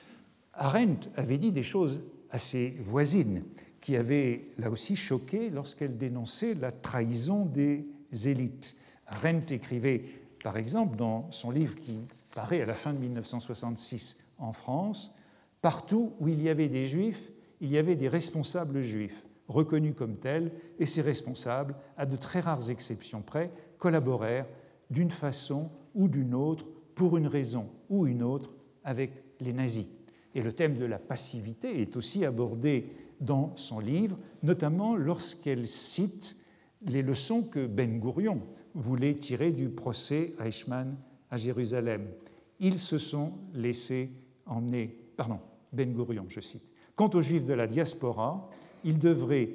Arendt avait dit des choses assez voisines, qui avaient là aussi choqué lorsqu'elle dénonçait la trahison des élites. Arendt écrivait, par exemple, dans son livre qui paraît à la fin de 1966 en France, « Partout où il y avait des Juifs, il y avait des responsables juifs, reconnus comme tels, et ces responsables, à de très rares exceptions près, collaborèrent d'une façon ou d'une autre, pour une raison ou une autre, avec les nazis. » Et le thème de la passivité est aussi abordé dans son livre, notamment lorsqu'elle cite les leçons que Ben Gourion voulait tirer du procès Eichmann à Jérusalem. Ils se sont laissés emmener, Ben Gourion, je cite. Quant aux Juifs de la diaspora, ils devaient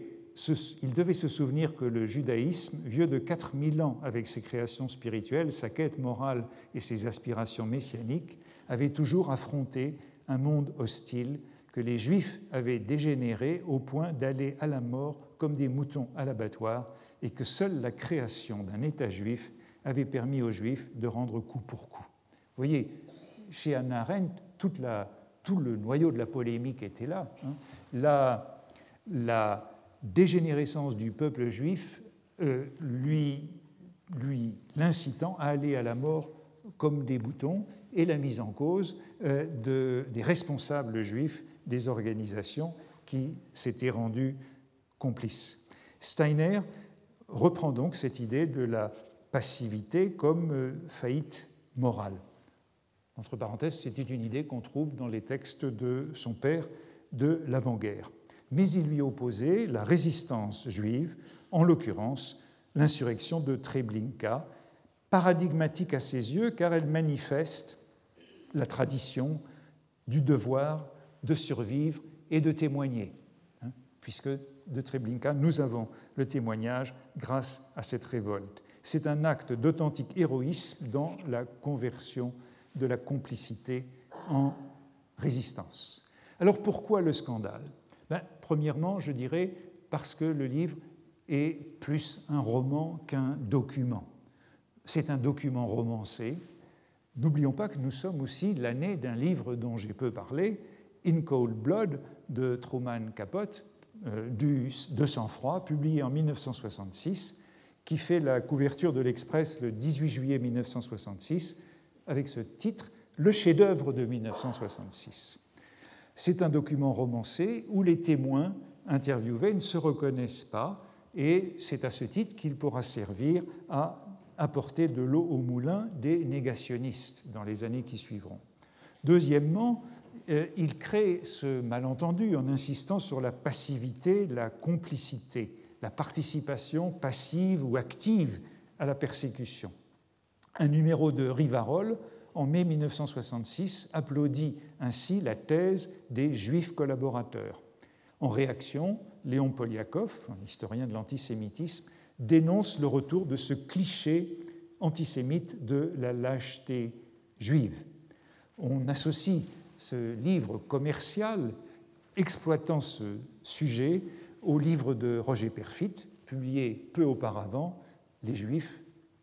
se souvenir que le judaïsme, vieux de 4000 ans avec ses créations spirituelles, sa quête morale et ses aspirations messianiques, avait toujours affronté un monde hostile que les Juifs avaient dégénéré au point d'aller à la mort comme des moutons à l'abattoir et que seule la création d'un État juif avait permis aux Juifs de rendre coup pour coup. Vous voyez, chez Hannah Arendt, tout le noyau de la polémique était là. La dégénérescence du peuple juif l'incitant à aller à la mort comme des boutons et la mise en cause des responsables juifs des organisations qui s'étaient rendus complices. Steiner reprend donc cette idée de la passivité comme faillite morale. Entre parenthèses, c'était une idée qu'on trouve dans les textes de son père de l'avant-guerre. Mais il lui opposait la résistance juive, en l'occurrence l'insurrection de Treblinka, paradigmatique à ses yeux car elle manifeste la tradition du devoir de survivre et de témoigner, puisque de Treblinka, nous avons le témoignage grâce à cette révolte. C'est un acte d'authentique héroïsme dans la conversion de la complicité en résistance. Alors pourquoi le scandale ? Premièrement, je dirais parce que le livre est plus un roman qu'un document. C'est un document romancé. N'oublions pas que nous sommes aussi l'année d'un livre dont j'ai peu parlé, In Cold Blood de Truman Capote, de sang-froid, publié en 1966, qui fait la couverture de l'Express le 18 juillet 1966, avec ce titre « Le chef-d'œuvre de 1966 ». C'est un document romancé où les témoins interviewés ne se reconnaissent pas, et c'est à ce titre qu'il pourra servir à apporter de l'eau au moulin des négationnistes dans les années qui suivront. Deuxièmement, il crée ce malentendu en insistant sur la passivité, la complicité, la participation passive ou active à la persécution. Un numéro de Rivarol, en mai 1966, applaudit ainsi la thèse des Juifs collaborateurs. En réaction, Léon Poliakov, un historien de l'antisémitisme, dénonce le retour de ce cliché antisémite de la lâcheté juive. On associe ce livre commercial exploitant ce sujet au livre de Roger Perfit, publié peu auparavant, Les Juifs,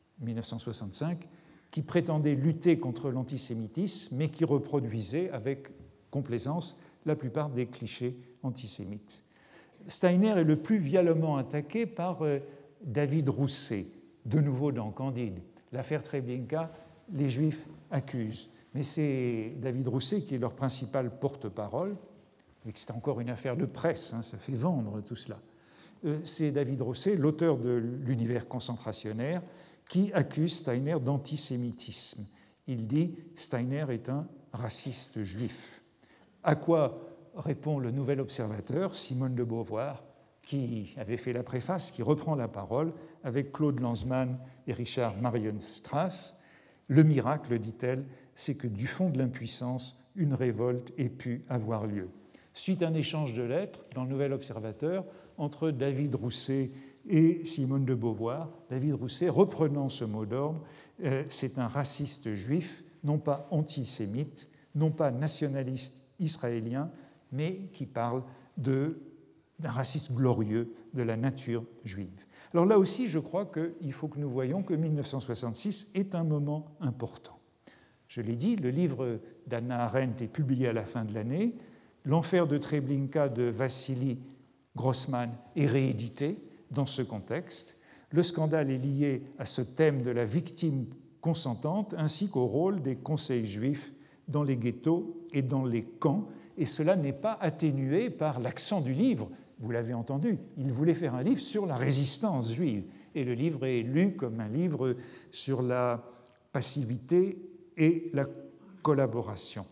1965, qui prétendait lutter contre l'antisémitisme, mais qui reproduisait avec complaisance la plupart des clichés antisémites. Steiner est le plus violemment attaqué par David Rousset, de nouveau dans Candide. L'affaire Treblinka, les Juifs accusent. Mais c'est David Rousset qui est leur principal porte-parole, et c'est encore une affaire de presse, ça fait vendre tout cela. C'est David Rousset, l'auteur de l'univers concentrationnaire, qui accuse Steiner d'antisémitisme. Il dit « Steiner est un raciste juif ». À quoi répond le Nouvel Observateur, Simone de Beauvoir, qui avait fait la préface, qui reprend la parole avec Claude Lanzmann et Richard Marienstrass. Le miracle, dit-elle, c'est que du fond de l'impuissance, une révolte ait pu avoir lieu. Suite à un échange de lettres dans le Nouvel Observateur entre David Rousset et Simone de Beauvoir, David Rousset, reprenant ce mot d'ordre, c'est un raciste juif, non pas antisémite, non pas nationaliste israélien, mais qui parle d'un racisme glorieux de la nature juive. Alors là aussi, je crois qu'il faut que nous voyions que 1966 est un moment important. Je l'ai dit, le livre d'Hannah Arendt est publié à la fin de l'année. L'enfer de Treblinka de Vassili Grossman est réédité dans ce contexte. Le scandale est lié à ce thème de la victime consentante ainsi qu'au rôle des conseils juifs dans les ghettos et dans les camps. Et cela n'est pas atténué par l'accent du livre. Vous l'avez entendu, il voulait faire un livre sur la résistance juive. Et le livre est lu comme un livre sur la passivité et la collaboration.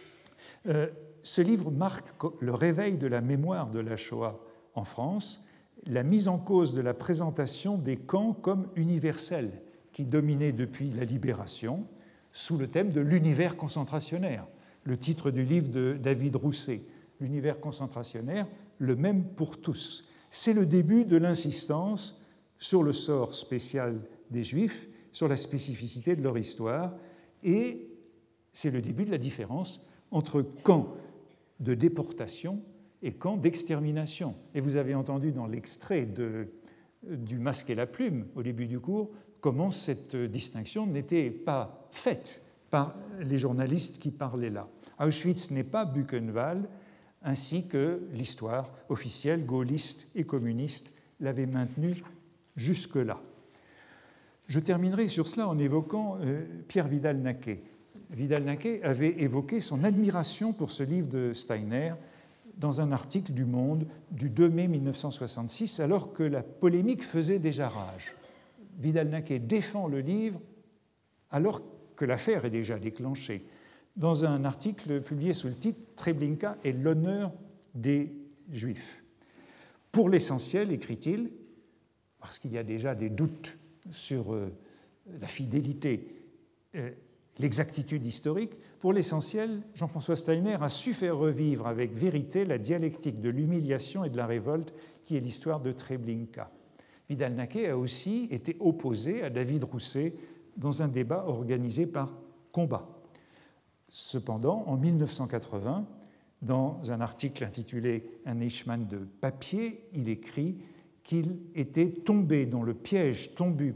Ce livre marque le réveil de la mémoire de la Shoah en France, la mise en cause de la présentation des camps comme universels qui dominait depuis la Libération, sous le thème de l'univers concentrationnaire. Le titre du livre de David Rousset, l'univers concentrationnaire, le même pour tous. C'est le début de l'insistance sur le sort spécial des Juifs, sur la spécificité de leur histoire, et c'est le début de la différence entre camps de déportation et camps d'extermination. Et vous avez entendu dans l'extrait du Masque et la Plume, au début du cours, comment cette distinction n'était pas faite par les journalistes qui parlaient là. Auschwitz n'est pas Buchenwald, ainsi que l'histoire officielle gaulliste et communiste l'avait maintenu jusque-là. Je terminerai sur cela en évoquant Pierre Vidal-Naquet. Vidal-Naquet avait évoqué son admiration pour ce livre de Steiner dans un article du Monde du 2 mai 1966, alors que la polémique faisait déjà rage. Vidal-Naquet défend le livre alors que l'affaire est déjà déclenchée, dans un article publié sous le titre « Treblinka et l'honneur des Juifs ». Pour l'essentiel, écrit-il, parce qu'il y a déjà des doutes sur la fidélité, l'exactitude historique, pour l'essentiel, Jean-François Steiner a su faire revivre avec vérité la dialectique de l'humiliation et de la révolte qui est l'histoire de Treblinka. Vidal-Naquet a aussi été opposé à David Rousset dans un débat organisé par Combat. Cependant, en 1980, dans un article intitulé « Un Eichmann de papier », il écrit qu'il était tombé dans le piège tendu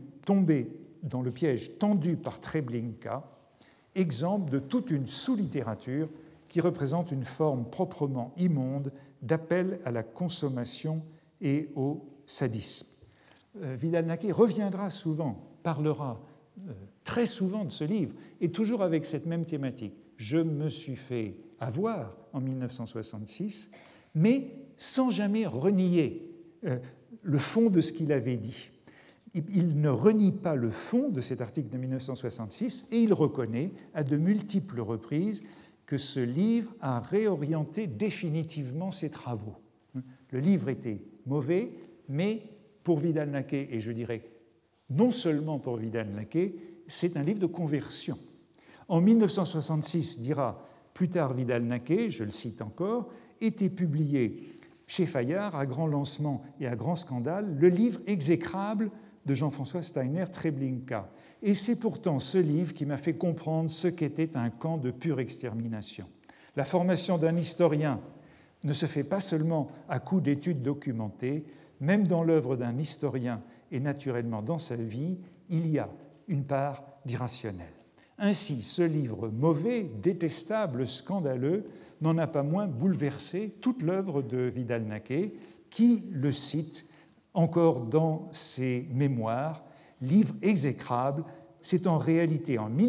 par Treblinka, exemple de toute une sous-littérature qui représente une forme proprement immonde d'appel à la consommation et au sadisme. Vidal-Naquet reviendra souvent, parlera très souvent de ce livre, et toujours avec cette même thématique. Je me suis fait avoir en 1966, mais sans jamais renier le fond de ce qu'il avait dit. Il ne renie pas le fond de cet article de 1966 et il reconnaît à de multiples reprises que ce livre a réorienté définitivement ses travaux. Le livre était mauvais, mais pour Vidal-Naquet, et je dirais non seulement pour Vidal-Naquet, c'est un livre de conversion. En 1966, dira plus tard Vidal-Naquet, je le cite encore, était publié chez Fayard, à grand lancement et à grand scandale, le livre exécrable de Jean-François Steiner, Treblinka. Et c'est pourtant ce livre qui m'a fait comprendre ce qu'était un camp de pure extermination. La formation d'un historien ne se fait pas seulement à coup d'études documentées, même dans l'œuvre d'un historien et naturellement dans sa vie, il y a une part d'irrationnel. Ainsi, ce livre mauvais, détestable, scandaleux, n'en a pas moins bouleversé toute l'œuvre de Vidal-Naquet, qui le cite encore dans ses mémoires. Livre exécrable, c'est en réalité en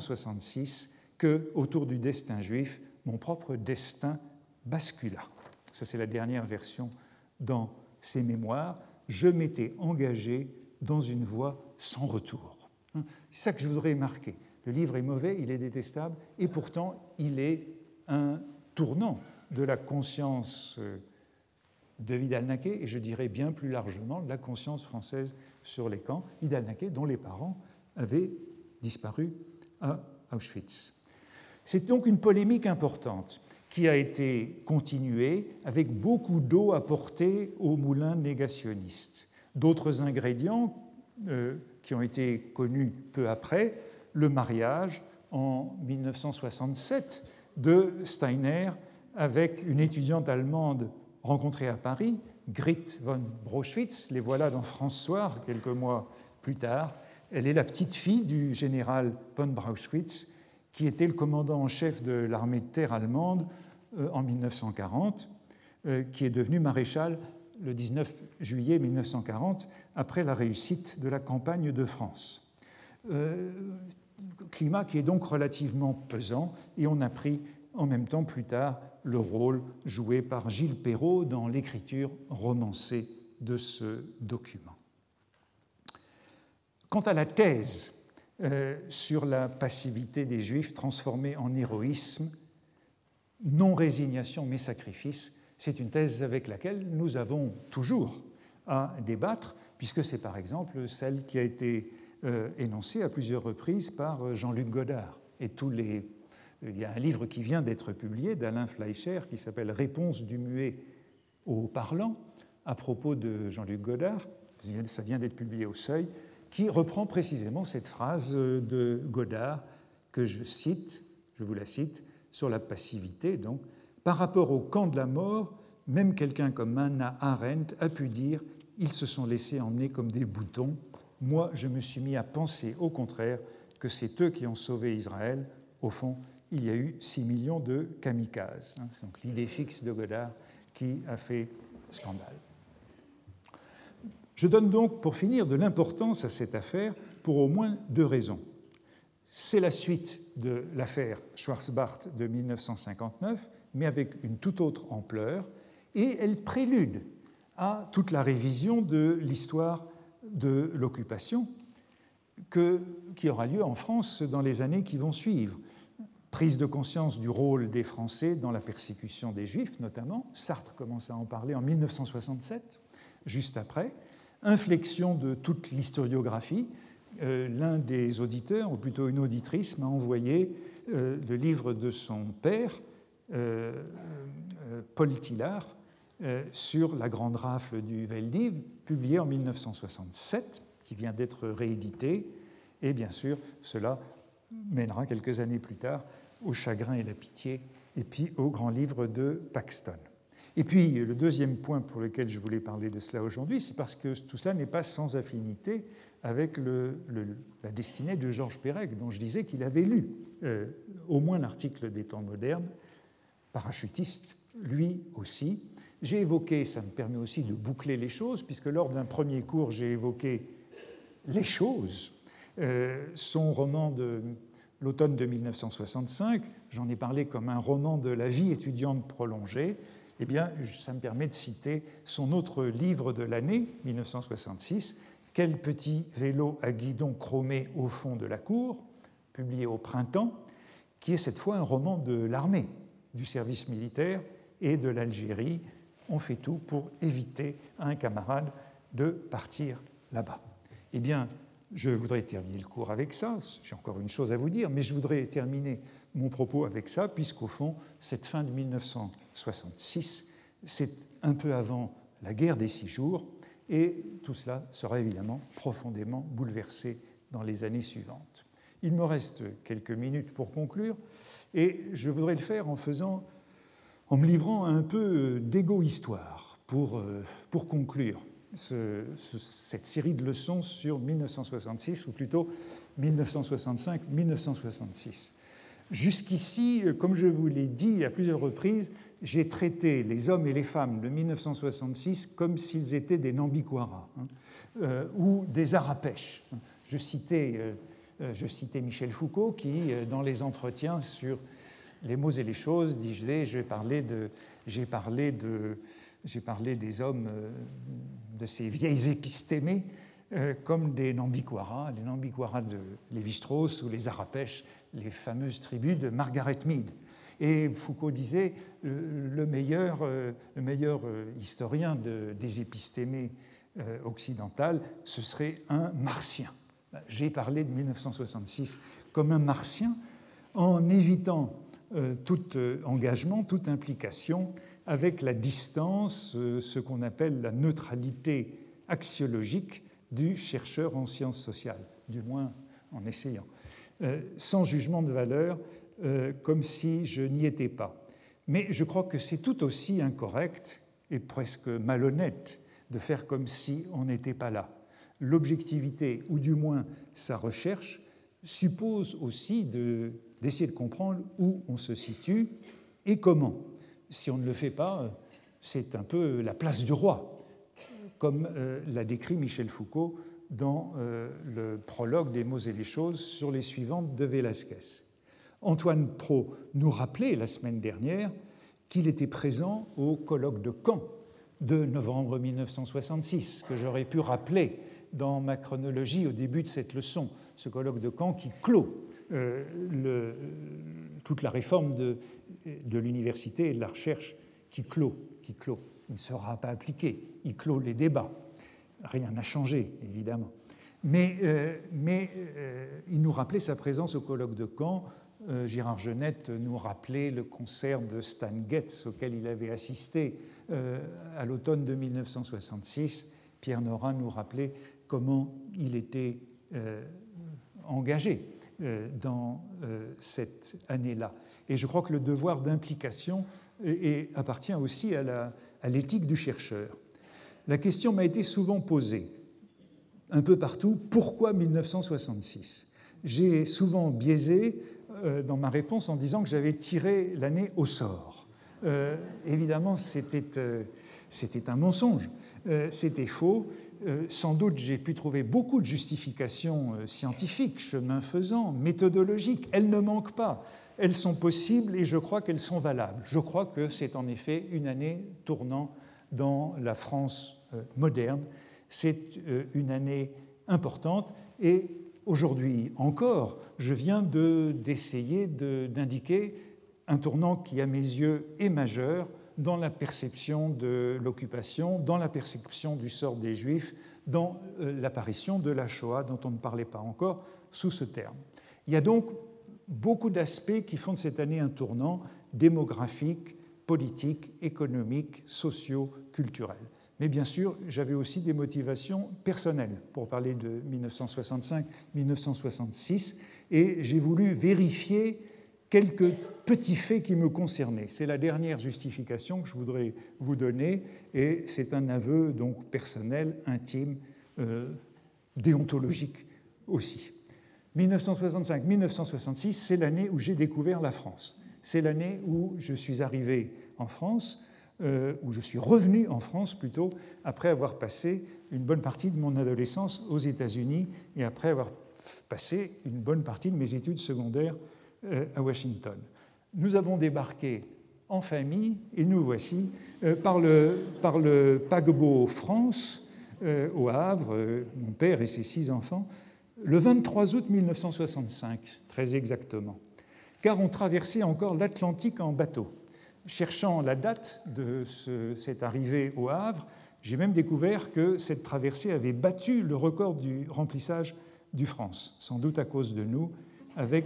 1966 que, autour du destin juif, mon propre destin bascula. Ça, c'est la dernière version dans ses mémoires. Je m'étais engagé dans une voie sans retour. C'est ça que je voudrais marquer. Le livre est mauvais, il est détestable, et pourtant il est un tournant de la conscience de Vidal-Naquet, et je dirais bien plus largement la conscience française sur les camps. Vidal-Naquet, dont les parents avaient disparu à Auschwitz. C'est donc une polémique importante qui a été continuée avec beaucoup d'eau apportée au moulin négationniste. D'autres ingrédients qui ont été connus peu après, le mariage en 1967 de Steiner avec une étudiante allemande rencontrée à Paris, Grit von Broschwitz. Les voilà dans France Soir quelques mois plus tard. Elle est la petite-fille du général von Broschwitz, qui était le commandant en chef de l'armée de terre allemande en 1940, qui est devenu maréchal le 19 juillet 1940, après la réussite de la campagne de France. Climat qui est donc relativement pesant, et on a pris en même temps plus tard le rôle joué par Gilles Perrault dans l'écriture romancée de ce document. Quant à la thèse sur la passivité des Juifs transformée en héroïsme, non résignation mais sacrifice, c'est une thèse avec laquelle nous avons toujours à débattre, puisque c'est par exemple celle qui a été énoncée à plusieurs reprises par Jean-Luc Godard. Et il y a un livre qui vient d'être publié d'Alain Fleischer qui s'appelle « Réponse du muet au parlant » à propos de Jean-Luc Godard, ça vient d'être publié au Seuil, qui reprend précisément cette phrase de Godard que je vous la cite, sur la passivité. Donc, par rapport au camp de la mort, même quelqu'un comme Hannah Arendt a pu dire « Ils se sont laissés emmener comme des boutons. Moi, je me suis mis à penser au contraire que c'est eux qui ont sauvé Israël. Au fond, il y a eu 6 millions de kamikazes. » C'est donc l'idée fixe de Godard qui a fait scandale. Je donne donc, pour finir, de l'importance à cette affaire pour au moins 2 raisons. C'est la suite de l'affaire Schwarzbart de 1959, mais avec une toute autre ampleur, et elle prélude à toute la révision de l'histoire de l'occupation qui aura lieu en France dans les années qui vont suivre. Prise de conscience du rôle des Français dans la persécution des Juifs, notamment. Sartre commence à en parler en 1967, juste après. Inflexion de toute l'historiographie. L'un des auditeurs, ou plutôt une auditrice, m'a envoyé le livre de son père, Paul Tillard, sur la grande rafle du Veldiv, publié en 1967, qui vient d'être réédité. Et bien sûr, cela mènera quelques années plus tard au Chagrin et la pitié, et puis au grand livre de Paxton. Et puis, le deuxième point pour lequel je voulais parler de cela aujourd'hui, c'est parce que tout ça n'est pas sans affinité avec la destinée de Georges Perec, dont je disais qu'il avait lu au moins l'article des Temps modernes, parachutiste, lui aussi. J'ai évoqué, ça me permet aussi de boucler les choses, puisque lors d'un premier cours, j'ai évoqué Les choses, son roman de l'automne de 1965, j'en ai parlé comme un roman de la vie étudiante prolongée. Eh bien, ça me permet de citer son autre livre de l'année, 1966, Quel petit vélo à guidon chromé au fond de la cour, publié au printemps, qui est cette fois un roman de l'armée, du service militaire et de l'Algérie. On fait tout pour éviter à un camarade de partir là-bas. Eh bien, je voudrais terminer le cours avec ça. J'ai encore une chose à vous dire, mais je voudrais terminer mon propos avec ça, puisqu'au fond, cette fin de 1966, c'est un peu avant la guerre des 6 jours, et tout cela sera évidemment profondément bouleversé dans les années suivantes. Il me reste quelques minutes pour conclure, et je voudrais le faire en me livrant à un peu d'égo-histoire pour conclure cette série de leçons sur 1966, ou plutôt 1965-1966. Jusqu'ici, comme je vous l'ai dit à plusieurs reprises, j'ai traité les hommes et les femmes de 1966 comme s'ils étaient des Nambikwara ou des Arapèches. Je citais Michel Foucault qui, dans les entretiens sur les mots et les choses, disait j'ai parlé des hommes, de ces vieilles épistémées, comme des Nambikwara, les Nambikwara de Lévi-Strauss ou les Arapèches, les fameuses tribus de Margaret Mead. Et Foucault disait le meilleur historien des épistémées occidentales, ce serait un martien. J'ai parlé de 1966 comme un martien en évitant tout engagement, toute implication avec la distance, ce qu'on appelle la neutralité axiologique du chercheur en sciences sociales, du moins en essayant, sans jugement de valeur, comme si je n'y étais pas. Mais je crois que c'est tout aussi incorrect et presque malhonnête de faire comme si on n'était pas là. L'objectivité, ou du moins sa recherche, suppose aussi d'essayer de comprendre où on se situe et comment. Si on ne le fait pas, c'est un peu la place du roi, comme l'a décrit Michel Foucault dans le prologue des mots et des choses sur les suivantes de Velázquez. Antoine Pro nous rappelait la semaine dernière qu'il était présent au colloque de Caen de novembre 1966, que j'aurais pu rappeler dans ma chronologie au début de cette leçon, ce colloque de Caen qui clôt toute la réforme de l'université et de la recherche, qui clôt. Il ne sera pas appliqué, il clôt les débats. Rien n'a changé, évidemment. Mais il nous rappelait sa présence au colloque de Caen. Gérard Genette nous rappelait le concert de Stan Getz auquel il avait assisté à l'automne de 1966. Pierre Nora nous rappelait comment il était engagé dans cette année-là. Et je crois que le devoir d'implication appartient aussi à l'éthique du chercheur. La question m'a été souvent posée, un peu partout, pourquoi 1966 ? J'ai souvent biaisé dans ma réponse en disant que j'avais tiré l'année au sort. Évidemment, c'était un mensonge, c'était faux. Sans doute, j'ai pu trouver beaucoup de justifications scientifiques, chemin faisant, méthodologiques. Elles ne manquent pas. Elles sont possibles et je crois qu'elles sont valables. Je crois que c'est en effet une année tournant dans la France moderne. C'est une année importante et aujourd'hui encore, je viens d'essayer d'indiquer un tournant qui, à mes yeux, est majeur dans la perception de l'occupation, dans la perception du sort des Juifs, dans l'apparition de la Shoah, dont on ne parlait pas encore sous ce terme. Il y a donc, beaucoup d'aspects qui font de cette année un tournant démographique, politique, économique, socio-culturel. Mais bien sûr, j'avais aussi des motivations personnelles pour parler de 1965-1966, et j'ai voulu vérifier quelques petits faits qui me concernaient. C'est la dernière justification que je voudrais vous donner, et c'est un aveu donc personnel, intime, déontologique aussi. 1965-1966, c'est l'année où j'ai découvert la France. C'est l'année où je suis arrivé en France, où je suis revenu en France plutôt, après avoir passé une bonne partie de mon adolescence aux États-Unis et après avoir passé une bonne partie de mes études secondaires à Washington. Nous avons débarqué en famille et nous voici par le paquebot France au Havre, mon père et ses 6 enfants, le 23 août 1965, très exactement, car on traversait encore l'Atlantique en bateau. Cherchant la date de cette arrivée au Havre, j'ai même découvert que cette traversée avait battu le record du remplissage du France, sans doute à cause de nous, avec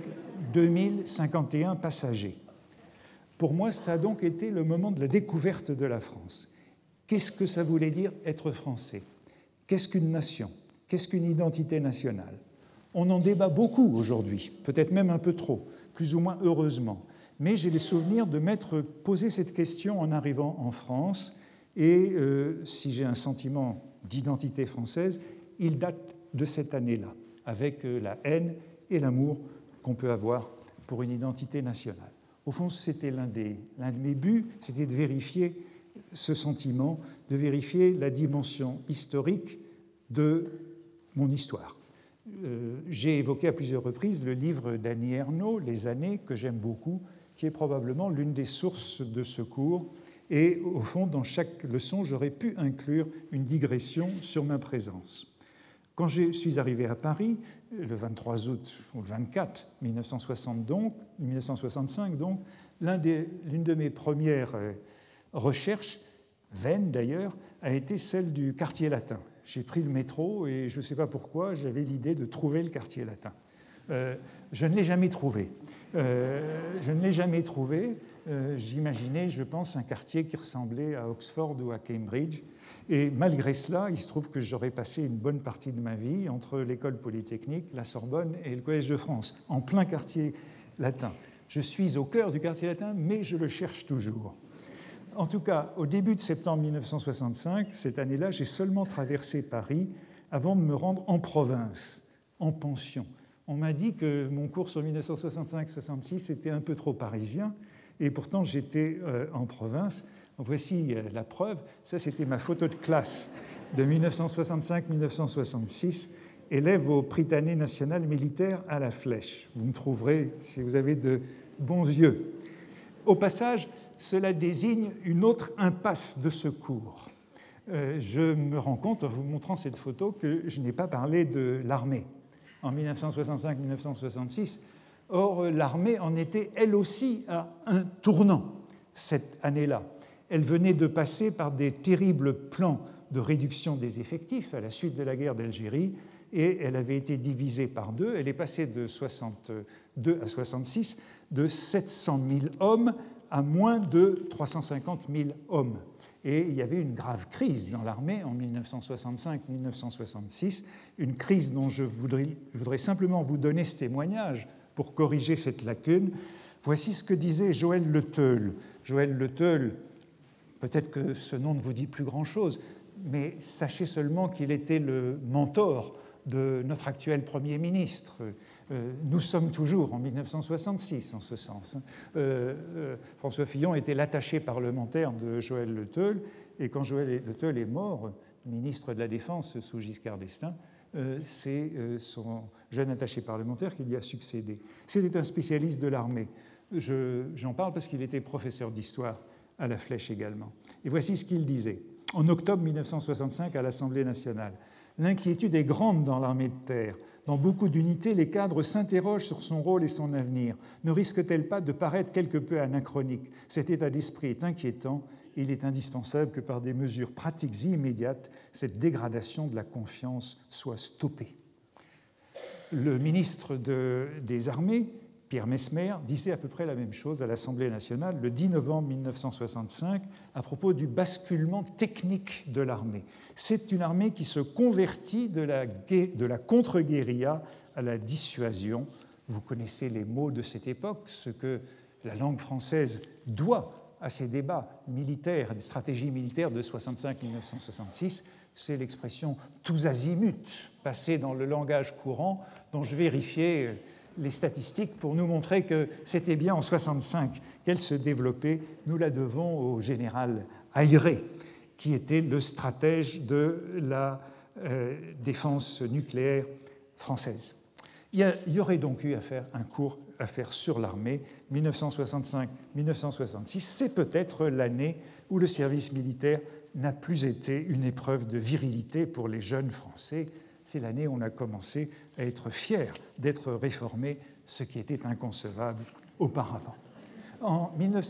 2051 passagers. Pour moi, ça a donc été le moment de la découverte de la France. Qu'est-ce que ça voulait dire être français? Qu'est-ce qu'une nation? Qu'est-ce qu'une identité nationale? On en débat beaucoup aujourd'hui, peut-être même un peu trop, plus ou moins heureusement. Mais j'ai les souvenirs de m'être posé cette question en arrivant en France, et si j'ai un sentiment d'identité française, il date de cette année-là, avec la haine et l'amour qu'on peut avoir pour une identité nationale. Au fond, c'était l'un de mes buts, c'était de vérifier ce sentiment, de vérifier la dimension historique de mon histoire. J'ai évoqué à plusieurs reprises le livre d'Annie Ernaux, Les années, que j'aime beaucoup, qui est probablement l'une des sources de ce cours. Et au fond, dans chaque leçon, j'aurais pu inclure une digression sur ma présence. Quand je suis arrivé à Paris, le 23 août ou le 24 1965, donc, l'une de mes premières recherches, vaines d'ailleurs, a été celle du quartier latin. J'ai pris le métro et je ne sais pas pourquoi, j'avais l'idée de trouver le quartier latin. Je ne l'ai jamais trouvé. J'imaginais, je pense, un quartier qui ressemblait à Oxford ou à Cambridge. Et malgré cela, il se trouve que j'aurais passé une bonne partie de ma vie entre l'école polytechnique, la Sorbonne et le Collège de France, en plein quartier latin. Je suis au cœur du quartier latin, mais je le cherche toujours. En tout cas, au début de septembre 1965, cette année-là, j'ai seulement traversé Paris avant de me rendre en province, en pension. On m'a dit que mon cours sur 1965-66 était un peu trop parisien, et pourtant j'étais en province. Voici la preuve. Ça, c'était ma photo de classe de 1965-1966, élève au Prytanée national militaire à la Flèche. Vous me trouverez si vous avez de bons yeux. Au passage, cela désigne une autre impasse de ce cours. Je me rends compte, en vous montrant cette photo, que je n'ai pas parlé de l'armée en 1965-1966. Or, l'armée en était, elle aussi, à un tournant cette année-là. Elle venait de passer par des terribles plans de réduction des effectifs à la suite de la guerre d'Algérie, et elle avait été divisée par 2. Elle est passée de 62 à 66, de 700 000 hommes à moins de 350 000 hommes. Et il y avait une grave crise dans l'armée en 1965-1966, une crise dont je voudrais simplement vous donner ce témoignage pour corriger cette lacune. Voici ce que disait Joël Le Teul. Joël Le Teul, peut-être que ce nom ne vous dit plus grand-chose, mais sachez seulement qu'il était le mentor de notre actuel Premier ministre. Nous sommes toujours en 1966, en ce sens. François Fillon était l'attaché parlementaire de Joël Le Teul, et quand Joël Le Teul est mort, ministre de la Défense sous Giscard d'Estaing, c'est son jeune attaché parlementaire qui lui a succédé. C'était un spécialiste de l'armée. J'en parle parce qu'il était professeur d'histoire à la Flèche également. Et voici ce qu'il disait. En octobre 1965, à l'Assemblée nationale, l'inquiétude est grande dans l'armée de terre. Dans beaucoup d'unités, les cadres s'interrogent sur son rôle et son avenir. Ne risque-t-elle pas de paraître quelque peu anachronique? Cet état d'esprit est inquiétant et il est indispensable que par des mesures pratiques et immédiates, cette dégradation de la confiance soit stoppée. Le ministre des Armées, Pierre Messmer, disait à peu près la même chose à l'Assemblée nationale le 10 novembre 1965 à propos du basculement technique de l'armée. C'est une armée qui se convertit de la contre-guérilla à la dissuasion. Vous connaissez les mots de cette époque, ce que la langue française doit à ces débats militaires, des stratégies militaires de 65-1966, c'est l'expression « tous azimuts » passée dans le langage courant, dont je vérifiais les statistiques pour nous montrer que c'était bien en 1965 qu'elle se développait. Nous la devons au général Ayré, qui était le stratège de la défense nucléaire française. Il y aurait donc eu un cours à faire sur l'armée. 1965-1966, c'est peut-être l'année où le service militaire n'a plus été une épreuve de virilité pour les jeunes Français. C'est l'année où on a commencé à être fiers d'être réformés, ce qui était inconcevable auparavant. En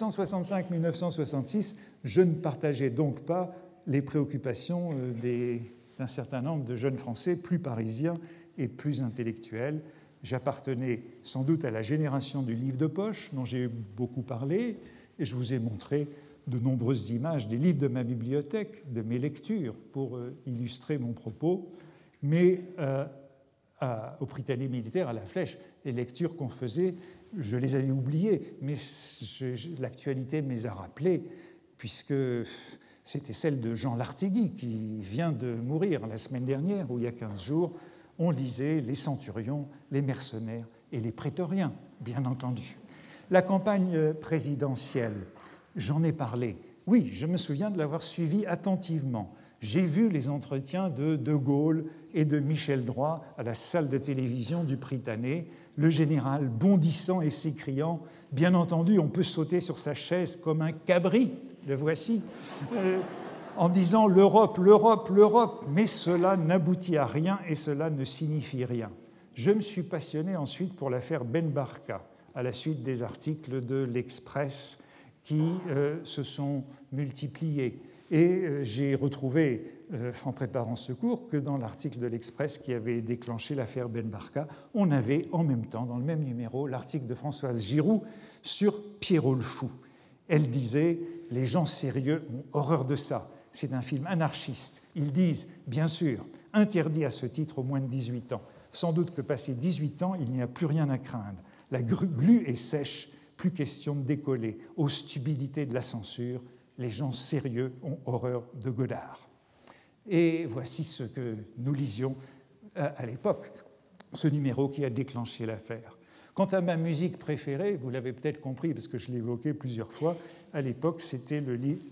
1965-1966, je ne partageais donc pas les préoccupations d'un certain nombre de jeunes Français plus parisiens et plus intellectuels. J'appartenais sans doute à la génération du livre de poche, dont j'ai beaucoup parlé, et je vous ai montré de nombreuses images des livres de ma bibliothèque, de mes lectures, pour illustrer mon propos. Mais au Prytanée militaire, à la Flèche, les lectures qu'on faisait, je les avais oubliées, mais l'actualité me les a rappelées, puisque c'était celle de Jean Lartigui, qui vient de mourir la semaine dernière, ou il y a 15 jours. On lisait les centurions, les mercenaires et les prétoriens, bien entendu. La campagne présidentielle, j'en ai parlé. Oui, je me souviens de l'avoir suivie attentivement. J'ai vu les entretiens de De Gaulle et de Michel Droit à la salle de télévision du Prytanée, le général bondissant et s'écriant « Bien entendu, on peut sauter sur sa chaise comme un cabri, le voici », en disant « l'Europe, l'Europe, l'Europe », mais cela n'aboutit à rien et cela ne signifie rien. Je me suis passionné ensuite pour l'affaire Ben Barka, à la suite des articles de l'Express qui se sont multipliés. Et j'ai retrouvé, en préparant ce cours, que dans l'article de l'Express qui avait déclenché l'affaire Ben Barka, on avait en même temps, dans le même numéro, l'article de Françoise Giroud sur Pierrot le Fou. Elle disait « Les gens sérieux ont horreur de ça. C'est un film anarchiste. Ils disent, bien sûr, interdit à ce titre aux moins de 18 ans. Sans doute que passé 18 ans, il n'y a plus rien à craindre. La glu est sèche, plus question de décoller. Aux stupidités de la censure, les gens sérieux ont horreur de Godard. » Et voici ce que nous lisions à l'époque, ce numéro qui a déclenché l'affaire. Quant à ma musique préférée, vous l'avez peut-être compris parce que je l'ai évoqué plusieurs fois, à l'époque c'était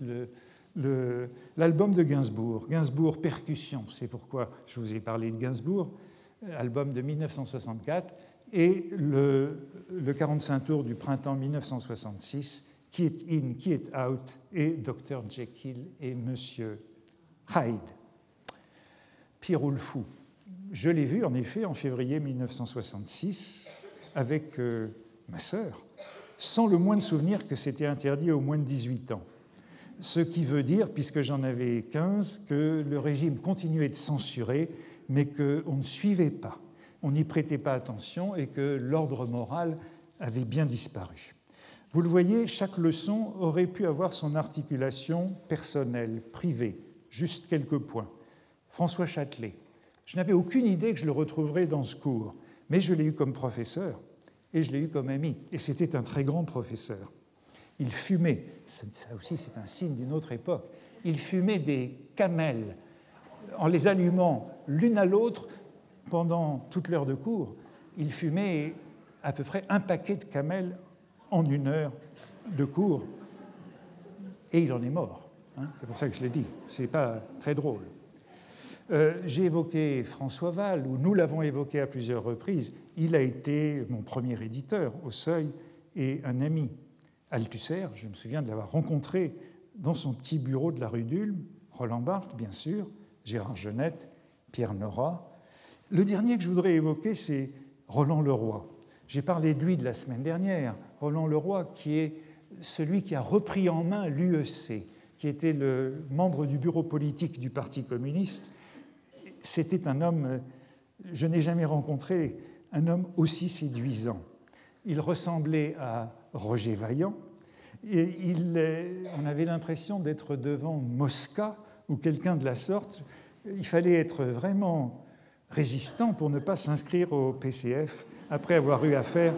l'album de Gainsbourg, Gainsbourg Percussion, c'est pourquoi je vous ai parlé de Gainsbourg, album de 1964, et le 45 tours du printemps 1966, Qui est in, qui est out, et Dr. Jekyll et Monsieur Hyde. Pierrot le Fou. Je l'ai vu en effet en février 1966 avec ma sœur, sans le moindre souvenir que c'était interdit aux moins de 18 ans. Ce qui veut dire, puisque j'en avais 15, que le régime continuait de censurer, mais qu'on ne suivait pas, on n'y prêtait pas attention et que l'ordre moral avait bien disparu. Vous le voyez, chaque leçon aurait pu avoir son articulation personnelle, privée, juste quelques points. François Châtelet. Je n'avais aucune idée que je le retrouverais dans ce cours, mais je l'ai eu comme professeur et je l'ai eu comme ami, et c'était un très grand professeur. Il fumait, ça aussi c'est un signe d'une autre époque, il fumait des camels en les allumant l'une à l'autre pendant toute l'heure de cours. Il fumait à peu près un paquet de camels en 1 heure de cours, et il en est mort. C'est pour ça que je l'ai dit, c'est pas très drôle. J'ai évoqué François Val, ou nous l'avons évoqué à plusieurs reprises. Il a été mon premier éditeur au Seuil et un ami. Althusser, je me souviens de l'avoir rencontré dans son petit bureau de la rue d'Ulm, Roland Barthes, bien sûr, Gérard Genette, Pierre Nora. Le dernier que je voudrais évoquer, c'est Roland Leroy. J'ai parlé de lui de la semaine dernière. Roland Leroy, qui est celui qui a repris en main l'UEC, qui était le membre du bureau politique du Parti communiste. C'était un homme, je n'ai jamais rencontré un homme aussi séduisant. Il ressemblait à Roger Vaillant. Et on avait l'impression d'être devant Mosca ou quelqu'un de la sorte. Il fallait être vraiment résistant pour ne pas s'inscrire au PCF après avoir eu affaire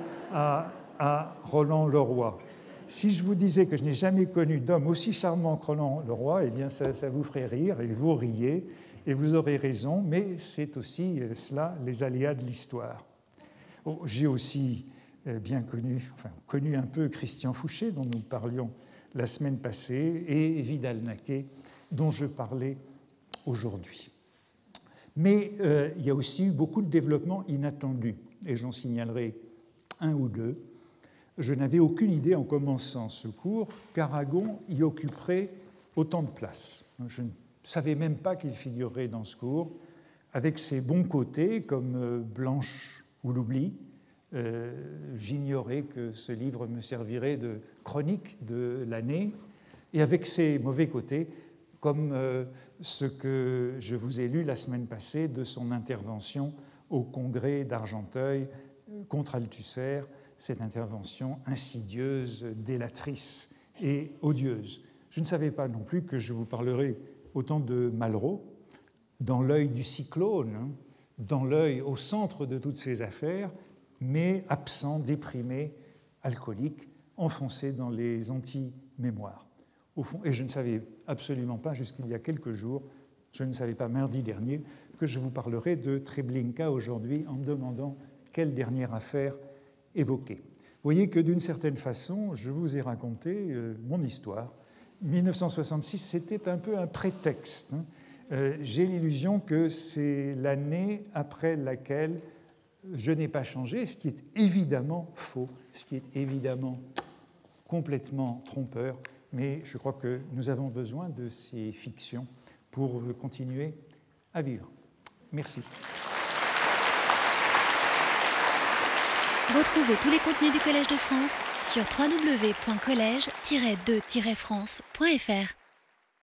à Roland Leroy. Si je vous disais que je n'ai jamais connu d'homme aussi charmant que Roland Leroy, eh bien ça vous ferait rire et vous riez et vous aurez raison, mais c'est aussi cela, les aléas de l'histoire. J'ai aussi connu un peu Christian Fouché, dont nous parlions la semaine passée, et Vidal-Naquet, dont je parlais aujourd'hui. Mais il y a aussi eu beaucoup de développements inattendus, et j'en signalerai un ou deux. Je n'avais aucune idée en commençant ce cours qu'Aragon y occuperait autant de place. Je ne savais même pas qu'il figurerait dans ce cours, avec ses bons côtés comme Blanche ou l'oubli. J'ignorais que ce livre me servirait de chronique de l'année, et avec ses mauvais côtés, comme ce que je vous ai lu la semaine passée de son intervention au congrès d'Argenteuil contre Althusser, cette intervention insidieuse, délatrice et odieuse. Je ne savais pas non plus que je vous parlerais autant de Malraux, dans l'œil du cyclone, dans l'œil au centre de toutes ces affaires, mais absent, déprimé, alcoolique, enfoncé dans les anti-mémoires. Au fond, et je ne savais absolument pas, jusqu'il y a quelques jours, je ne savais pas mardi dernier, que je vous parlerai de Treblinka aujourd'hui en me demandant quelle dernière affaire évoquer. Vous voyez que d'une certaine façon, je vous ai raconté mon histoire. 1966, c'était un peu un prétexte. J'ai l'illusion que c'est l'année après laquelle je n'ai pas changé, ce qui est évidemment faux, ce qui est évidemment complètement trompeur, mais je crois que nous avons besoin de ces fictions pour continuer à vivre. Merci. Retrouvez tous les contenus du Collège de France sur www.collège-2-france.fr.